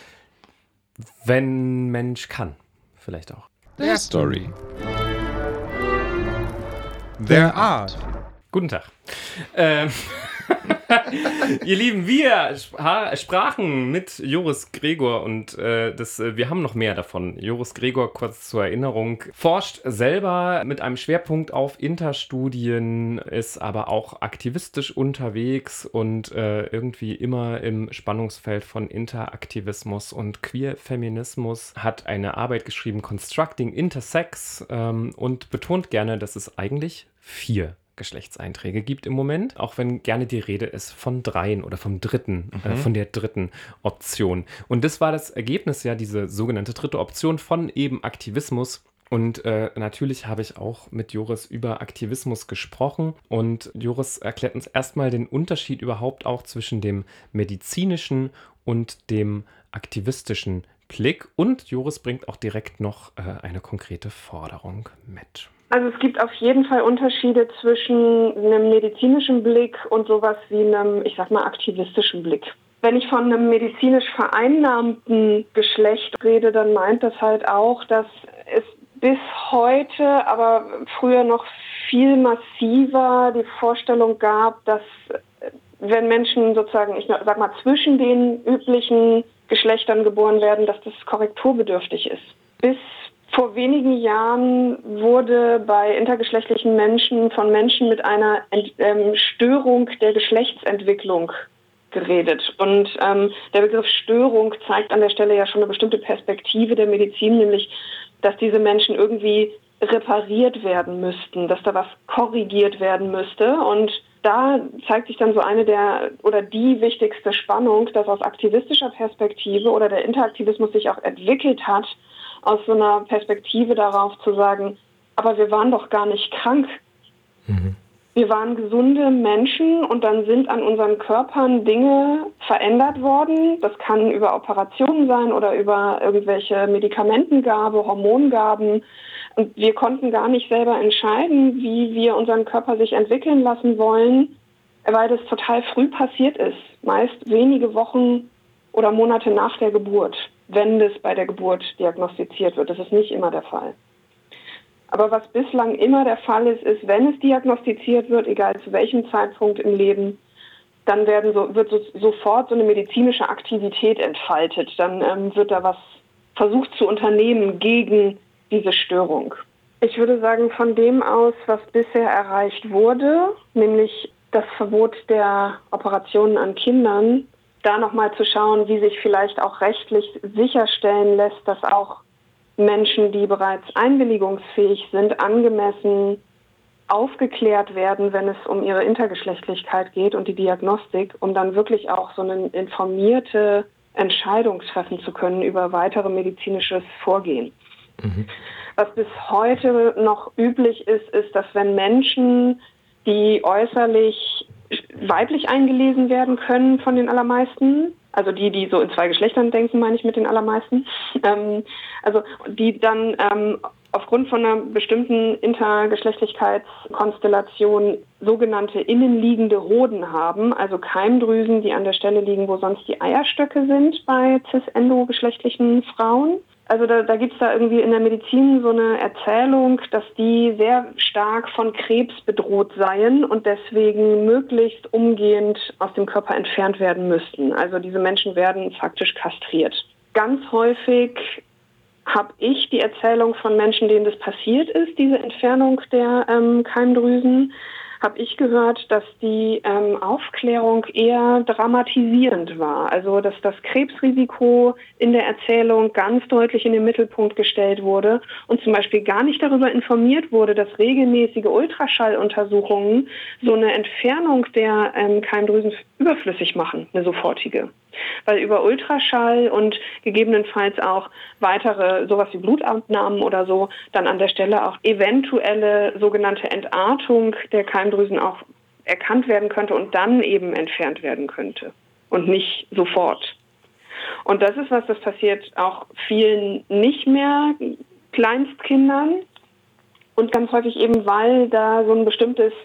Wenn Mensch kann, vielleicht auch. Their story. Their art. Guten Tag. Ähm, Ihr Lieben, wir sprachen mit Joris Gregor und äh, das, wir haben noch mehr davon. Joris Gregor, kurz zur Erinnerung, forscht selber mit einem Schwerpunkt auf Interstudien, ist aber auch aktivistisch unterwegs und äh, irgendwie immer im Spannungsfeld von Interaktivismus und Queer-Feminismus, hat eine Arbeit geschrieben, Constructing Intersex, ähm, und betont gerne, dass es eigentlich vier Geschlechtseinträge gibt im Moment, auch wenn gerne die Rede ist von dreien oder vom dritten, mhm. äh, von der dritten Option. Und das war das Ergebnis, ja, diese sogenannte dritte Option von eben Aktivismus. Und äh, natürlich habe ich auch mit Joris über Aktivismus gesprochen. Und Joris erklärt uns erstmal den Unterschied überhaupt auch zwischen dem medizinischen und dem aktivistischen Blick. Und Joris bringt auch direkt noch äh, eine konkrete Forderung mit. Also es gibt auf jeden Fall Unterschiede zwischen einem medizinischen Blick und sowas wie einem, ich sag mal, aktivistischen Blick. Wenn ich von einem medizinisch vereinnahmten Geschlecht rede, dann meint das halt auch, dass es bis heute, aber früher noch viel massiver die Vorstellung gab, dass wenn Menschen sozusagen, ich sag mal, zwischen den üblichen Geschlechtern geboren werden, dass das korrekturbedürftig ist. Bis vor wenigen Jahren wurde bei intergeschlechtlichen Menschen von Menschen mit einer Ent- ähm, Störung der Geschlechtsentwicklung geredet. Und ähm, der Begriff Störung zeigt an der Stelle ja schon eine bestimmte Perspektive der Medizin, nämlich, dass diese Menschen irgendwie repariert werden müssten, dass da was korrigiert werden müsste. Und da zeigt sich dann so eine der oder die wichtigste Spannung, dass aus aktivistischer Perspektive oder der Interaktivismus sich auch entwickelt hat, aus so einer Perspektive darauf zu sagen, aber wir waren doch gar nicht krank. Mhm. Wir waren gesunde Menschen und dann sind an unseren Körpern Dinge verändert worden. Das kann über Operationen sein oder über irgendwelche Medikamentengabe, Hormongaben. Und wir konnten gar nicht selber entscheiden, wie wir unseren Körper sich entwickeln lassen wollen, weil das total früh passiert ist. Meist wenige Wochen oder Monate nach der Geburt, wenn das bei der Geburt diagnostiziert wird. Das ist nicht immer der Fall. Aber was bislang immer der Fall ist, ist, wenn es diagnostiziert wird, egal zu welchem Zeitpunkt im Leben, dann werden so, wird so, sofort so eine medizinische Aktivität entfaltet. Dann ähm, wird da was versucht zu unternehmen gegen diese Störung. Ich würde sagen, von dem aus, was bisher erreicht wurde, nämlich das Verbot der Operationen an Kindern, da nochmal zu schauen, wie sich vielleicht auch rechtlich sicherstellen lässt, dass auch Menschen, die bereits einwilligungsfähig sind, angemessen aufgeklärt werden, wenn es um ihre Intergeschlechtlichkeit geht und die Diagnostik, um dann wirklich auch so eine informierte Entscheidung treffen zu können über weitere medizinisches Vorgehen. Mhm. Was bis heute noch üblich ist, ist, dass wenn Menschen, die äußerlich weiblich eingelesen werden können von den allermeisten, also die, die so in zwei Geschlechtern denken, meine ich mit den allermeisten, ähm, also die dann ähm, aufgrund von einer bestimmten Intergeschlechtlichkeitskonstellation sogenannte innenliegende Hoden haben, also Keimdrüsen, die an der Stelle liegen, wo sonst die Eierstöcke sind bei cis-endogeschlechtlichen Frauen. Also da, da gibt es da irgendwie in der Medizin so eine Erzählung, dass die sehr stark von Krebs bedroht seien und deswegen möglichst umgehend aus dem Körper entfernt werden müssten. Also diese Menschen werden faktisch kastriert. Ganz häufig habe ich die Erzählung von Menschen, denen das passiert ist, diese Entfernung der ähm, Keimdrüsen, habe ich gehört, dass die ähm, Aufklärung eher dramatisierend war. Also dass das Krebsrisiko in der Erzählung ganz deutlich in den Mittelpunkt gestellt wurde und zum Beispiel gar nicht darüber informiert wurde, dass regelmäßige Ultraschalluntersuchungen so eine Entfernung der ähm, Keimdrüsen überflüssig machen, eine sofortige. Weil über Ultraschall und gegebenenfalls auch weitere, sowas wie Blutabnahmen oder so, dann an der Stelle auch eventuelle sogenannte Entartung der Keimdrüsen auch erkannt werden könnte und dann eben entfernt werden könnte und nicht sofort. Und das ist was, das passiert auch vielen nicht mehr Kleinstkindern und ganz häufig eben, weil da so ein bestimmtes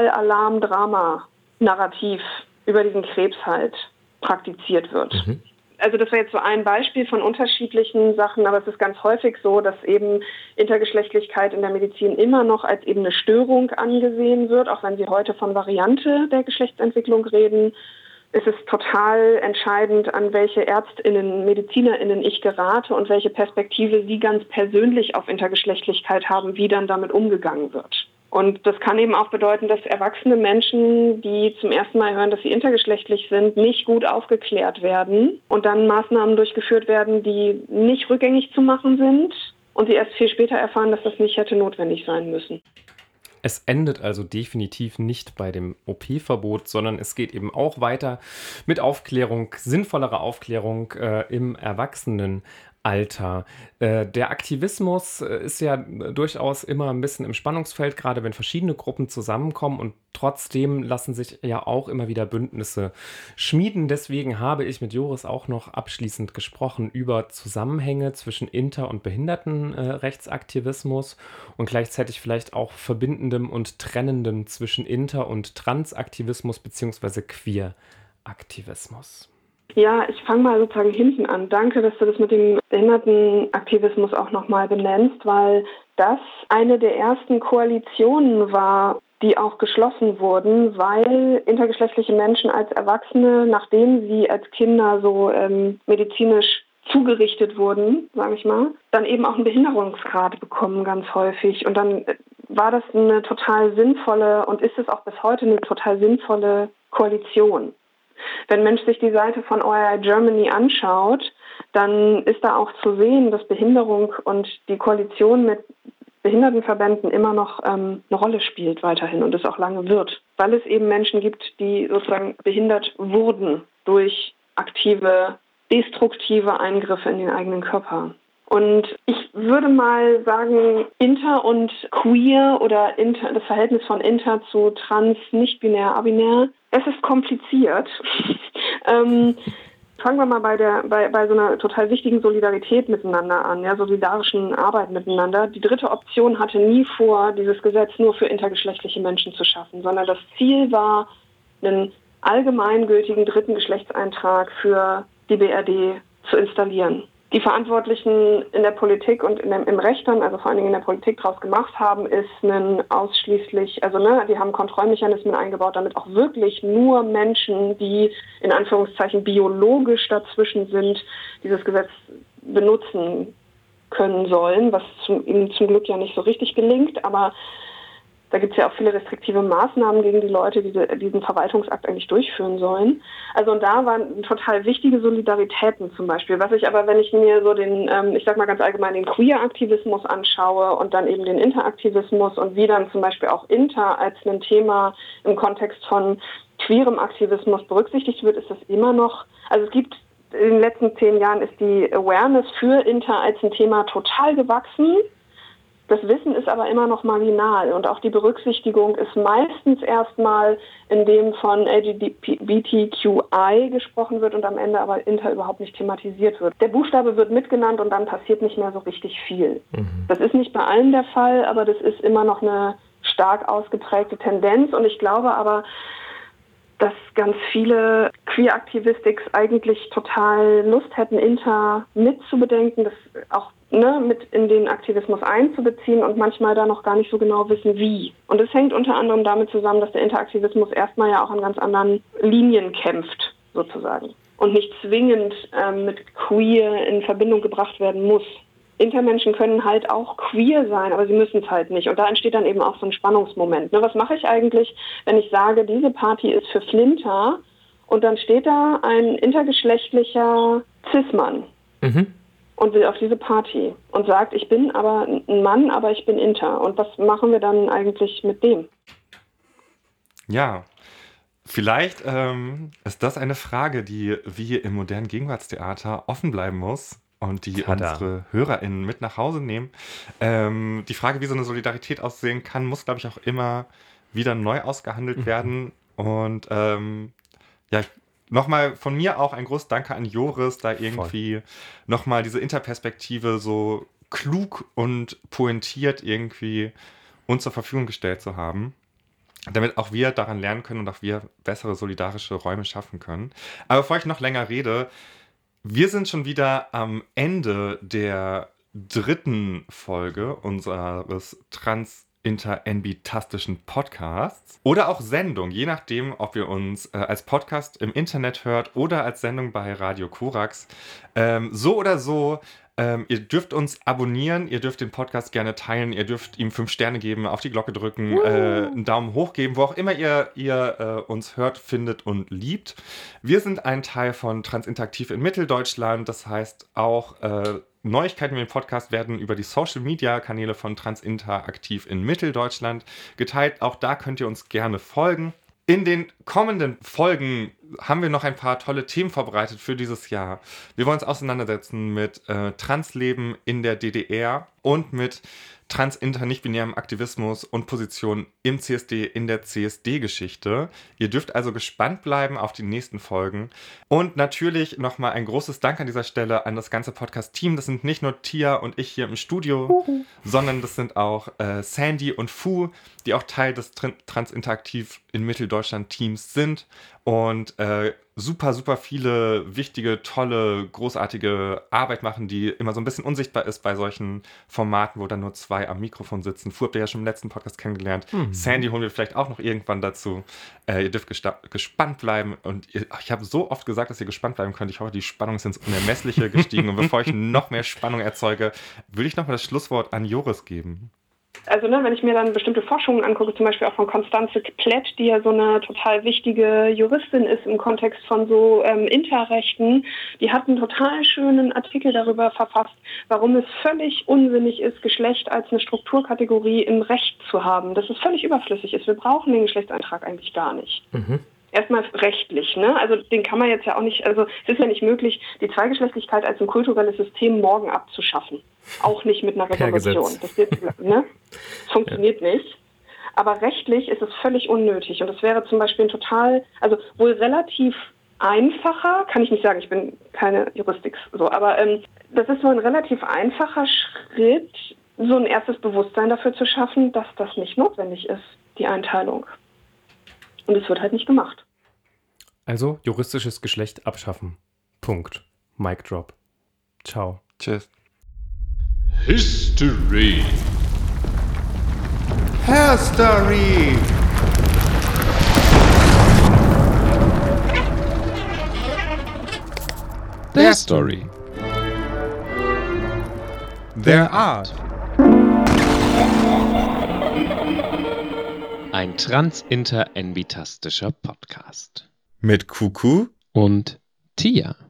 Notfall-Alarm-Drama-Narrativ über diesen Krebs halt praktiziert wird. Mhm. also das wäre jetzt so ein Beispiel von unterschiedlichen Sachen, aber es ist ganz häufig so, dass eben Intergeschlechtlichkeit in der Medizin immer noch als eben eine Störung angesehen wird, auch wenn sie heute von Variante der Geschlechtsentwicklung reden. Es ist total entscheidend, an welche ÄrztInnen, MedizinerInnen ich gerate und welche Perspektive sie ganz persönlich auf Intergeschlechtlichkeit haben, wie dann damit umgegangen wird. Und das kann eben auch bedeuten, dass erwachsene Menschen, die zum ersten Mal hören, dass sie intergeschlechtlich sind, nicht gut aufgeklärt werden und dann Maßnahmen durchgeführt werden, die nicht rückgängig zu machen sind und sie erst viel später erfahren, dass das nicht hätte notwendig sein müssen. Es endet also definitiv nicht bei dem O P-Verbot, sondern es geht eben auch weiter mit Aufklärung, sinnvollerer Aufklärung äh, im Erwachsenenalter. Äh, der Aktivismus äh, ist ja durchaus immer ein bisschen im Spannungsfeld, gerade wenn verschiedene Gruppen zusammenkommen und trotzdem lassen sich ja auch immer wieder Bündnisse schmieden. Deswegen habe ich mit Joris auch noch abschließend gesprochen über Zusammenhänge zwischen Inter- und Behindertenrechtsaktivismus äh, und gleichzeitig vielleicht auch verbindendem und trennendem zwischen Inter- und Transaktivismus bzw. Queer-Aktivismus. Ja, ich fange mal sozusagen hinten an. Danke, dass du das mit dem Behindertenaktivismus auch nochmal benennst, weil das eine der ersten Koalitionen war, die auch geschlossen wurden, weil intergeschlechtliche Menschen als Erwachsene, nachdem sie als Kinder so ähm, medizinisch zugerichtet wurden, sage ich mal, dann eben auch einen Behinderungsgrad bekommen ganz häufig. Und dann war das eine total sinnvolle und ist es auch bis heute eine total sinnvolle Koalition. Wenn ein Mensch sich die Seite von O R I Germany anschaut, dann ist da auch zu sehen, dass Behinderung und die Koalition mit Behindertenverbänden immer noch ähm, eine Rolle spielt weiterhin und es auch lange wird, weil es eben Menschen gibt, die sozusagen behindert wurden durch aktive, destruktive Eingriffe in den eigenen Körper. Und ich würde mal sagen, Inter und Queer oder Inter, das Verhältnis von Inter zu Trans, nicht-binär, abinär, es ist kompliziert. ähm, Fangen wir mal bei der bei, bei so einer total wichtigen Solidarität miteinander an, ja, solidarischen Arbeit miteinander. Die dritte Option hatte nie vor, dieses Gesetz nur für intergeschlechtliche Menschen zu schaffen, sondern das Ziel war, einen allgemeingültigen dritten Geschlechtseintrag für die B R D zu installieren. Die Verantwortlichen in der Politik und in dem, im Recht dann, also vor allen Dingen in der Politik draus gemacht haben, ist einen ausschließlich, also ne, die haben Kontrollmechanismen eingebaut, damit auch wirklich nur Menschen, die in Anführungszeichen biologisch dazwischen sind, dieses Gesetz benutzen können sollen, was zum, ihnen zum Glück ja nicht so richtig gelingt, aber da gibt es ja auch viele restriktive Maßnahmen gegen die Leute, die diesen Verwaltungsakt eigentlich durchführen sollen. Also und da waren total wichtige Solidaritäten zum Beispiel. Was ich aber, wenn ich mir so den, ähm, ich sag mal ganz allgemein, den Queer-Aktivismus anschaue und dann eben den Interaktivismus und wie dann zum Beispiel auch Inter als ein Thema im Kontext von queerem Aktivismus berücksichtigt wird, ist das immer noch, also es gibt in den letzten zehn Jahren ist die Awareness für Inter als ein Thema total gewachsen. Das Wissen ist aber immer noch marginal und auch die Berücksichtigung ist meistens erstmal, in dem von L G B T Q I gesprochen wird und am Ende aber Inter überhaupt nicht thematisiert wird. Der Buchstabe wird mitgenannt und dann passiert nicht mehr so richtig viel. Mhm. Das ist nicht bei allen der Fall, aber das ist immer noch eine stark ausgeprägte Tendenz und ich glaube aber, dass ganz viele Queer-Aktivistics eigentlich total Lust hätten, Inter mitzubedenken, das auch ne, mit in den Aktivismus einzubeziehen und manchmal da noch gar nicht so genau wissen, wie. Und es hängt unter anderem damit zusammen, dass der Interaktivismus erstmal ja auch an ganz anderen Linien kämpft, sozusagen. Und nicht zwingend ähm, mit Queer in Verbindung gebracht werden muss. Intermenschen können halt auch queer sein, aber sie müssen es halt nicht. Und da entsteht dann eben auch so ein Spannungsmoment. Ne, was mache ich eigentlich, wenn ich sage, diese Party ist für Flinter und dann steht da ein intergeschlechtlicher Cis-Mann mhm. und will auf diese Party und sagt, ich bin aber ein Mann, aber ich bin inter. Und was machen wir dann eigentlich mit dem? Ja, vielleicht ähm, ist das eine Frage, die wie im modernen Gegenwartstheater offen bleiben muss. Und die Tada. Unsere HörerInnen mit nach Hause nehmen. Ähm, die Frage, wie so eine Solidarität aussehen kann, muss, glaube ich, auch immer wieder neu ausgehandelt mhm. werden. Und ähm, ja, nochmal von mir auch ein großes Danke an Joris, da irgendwie nochmal diese Interperspektive so klug und pointiert irgendwie uns zur Verfügung gestellt zu haben. Damit auch wir daran lernen können und auch wir bessere solidarische Räume schaffen können. Aber bevor ich noch länger rede, Wir sind schon wieder am Ende der dritten Folge unseres Trans-Inter-Enbitastischen Podcasts oder auch Sendung, je nachdem, ob ihr uns äh, als Podcast im Internet hört oder als Sendung bei Radio Korax. Ähm, so oder so, ähm, ihr dürft uns abonnieren, ihr dürft den Podcast gerne teilen, ihr dürft ihm fünf Sterne geben, auf die Glocke drücken, uh. äh, einen Daumen hoch geben, wo auch immer ihr, ihr äh, uns hört, findet und liebt. Wir sind ein Teil von Transinteraktiv in Mitteldeutschland, das heißt auch äh, Neuigkeiten mit dem Podcast werden über die Social-Media-Kanäle von Transinteraktiv in Mitteldeutschland geteilt. Auch da könnt ihr uns gerne folgen. In den kommenden Folgen haben wir noch ein paar tolle Themen vorbereitet für dieses Jahr. Wir wollen uns auseinandersetzen mit äh, Transleben in der D D R und mit trans-inter-nicht-binärem Aktivismus und Positionen im C S D in der C S D-Geschichte. Ihr dürft also gespannt bleiben auf die nächsten Folgen. Und natürlich nochmal ein großes Dank an dieser Stelle an das ganze Podcast-Team. Das sind nicht nur Tia und ich hier im Studio, uh-huh. sondern das sind auch äh, Sandy und Fu, die auch Teil des Tr- Transinteraktiv in Mitteldeutschland-Teams sind. Und äh, super, super viele wichtige, tolle, großartige Arbeit machen, die immer so ein bisschen unsichtbar ist bei solchen Formaten, wo dann nur zwei am Mikrofon sitzen. Fu habt ihr ja schon im letzten Podcast kennengelernt. Mhm. Sandy holen wir vielleicht auch noch irgendwann dazu. Äh, ihr dürft gesta- gespannt bleiben. Und ihr, ich habe so oft gesagt, dass ihr gespannt bleiben könnt. Ich hoffe, die Spannung ist ins Unermessliche gestiegen. Und bevor ich noch mehr Spannung erzeuge, würde ich nochmal das Schlusswort an Joris geben. Also ne, wenn ich mir dann bestimmte Forschungen angucke, zum Beispiel auch von Constanze Plett, die ja so eine total wichtige Juristin ist im Kontext von so ähm, Interrechten, die hat einen total schönen Artikel darüber verfasst, warum es völlig unsinnig ist, Geschlecht als eine Strukturkategorie im Recht zu haben. Dass es völlig überflüssig ist. Wir brauchen den Geschlechtseintrag eigentlich gar nicht. Mhm. Erstmal rechtlich, ne? Also den kann man jetzt ja auch nicht, also es ist ja nicht möglich, die Zweigeschlechtlichkeit als ein kulturelles System morgen abzuschaffen. Auch nicht mit einer Revolution. Das wird, ne? Das funktioniert ja. nicht. Aber rechtlich ist es völlig unnötig. Und das wäre zum Beispiel ein total, also wohl relativ einfacher, kann ich nicht sagen, ich bin keine Juristik so, aber ähm, das ist wohl ein relativ einfacher Schritt, so ein erstes Bewusstsein dafür zu schaffen, dass das nicht notwendig ist, die Einteilung. Und es wird halt nicht gemacht. Also juristisches Geschlecht abschaffen. Punkt. Mic drop. Ciao. Tschüss. History. History. Their story. Their art. Ein transinter-enbitastischer Podcast. Mit Kuku und Tia.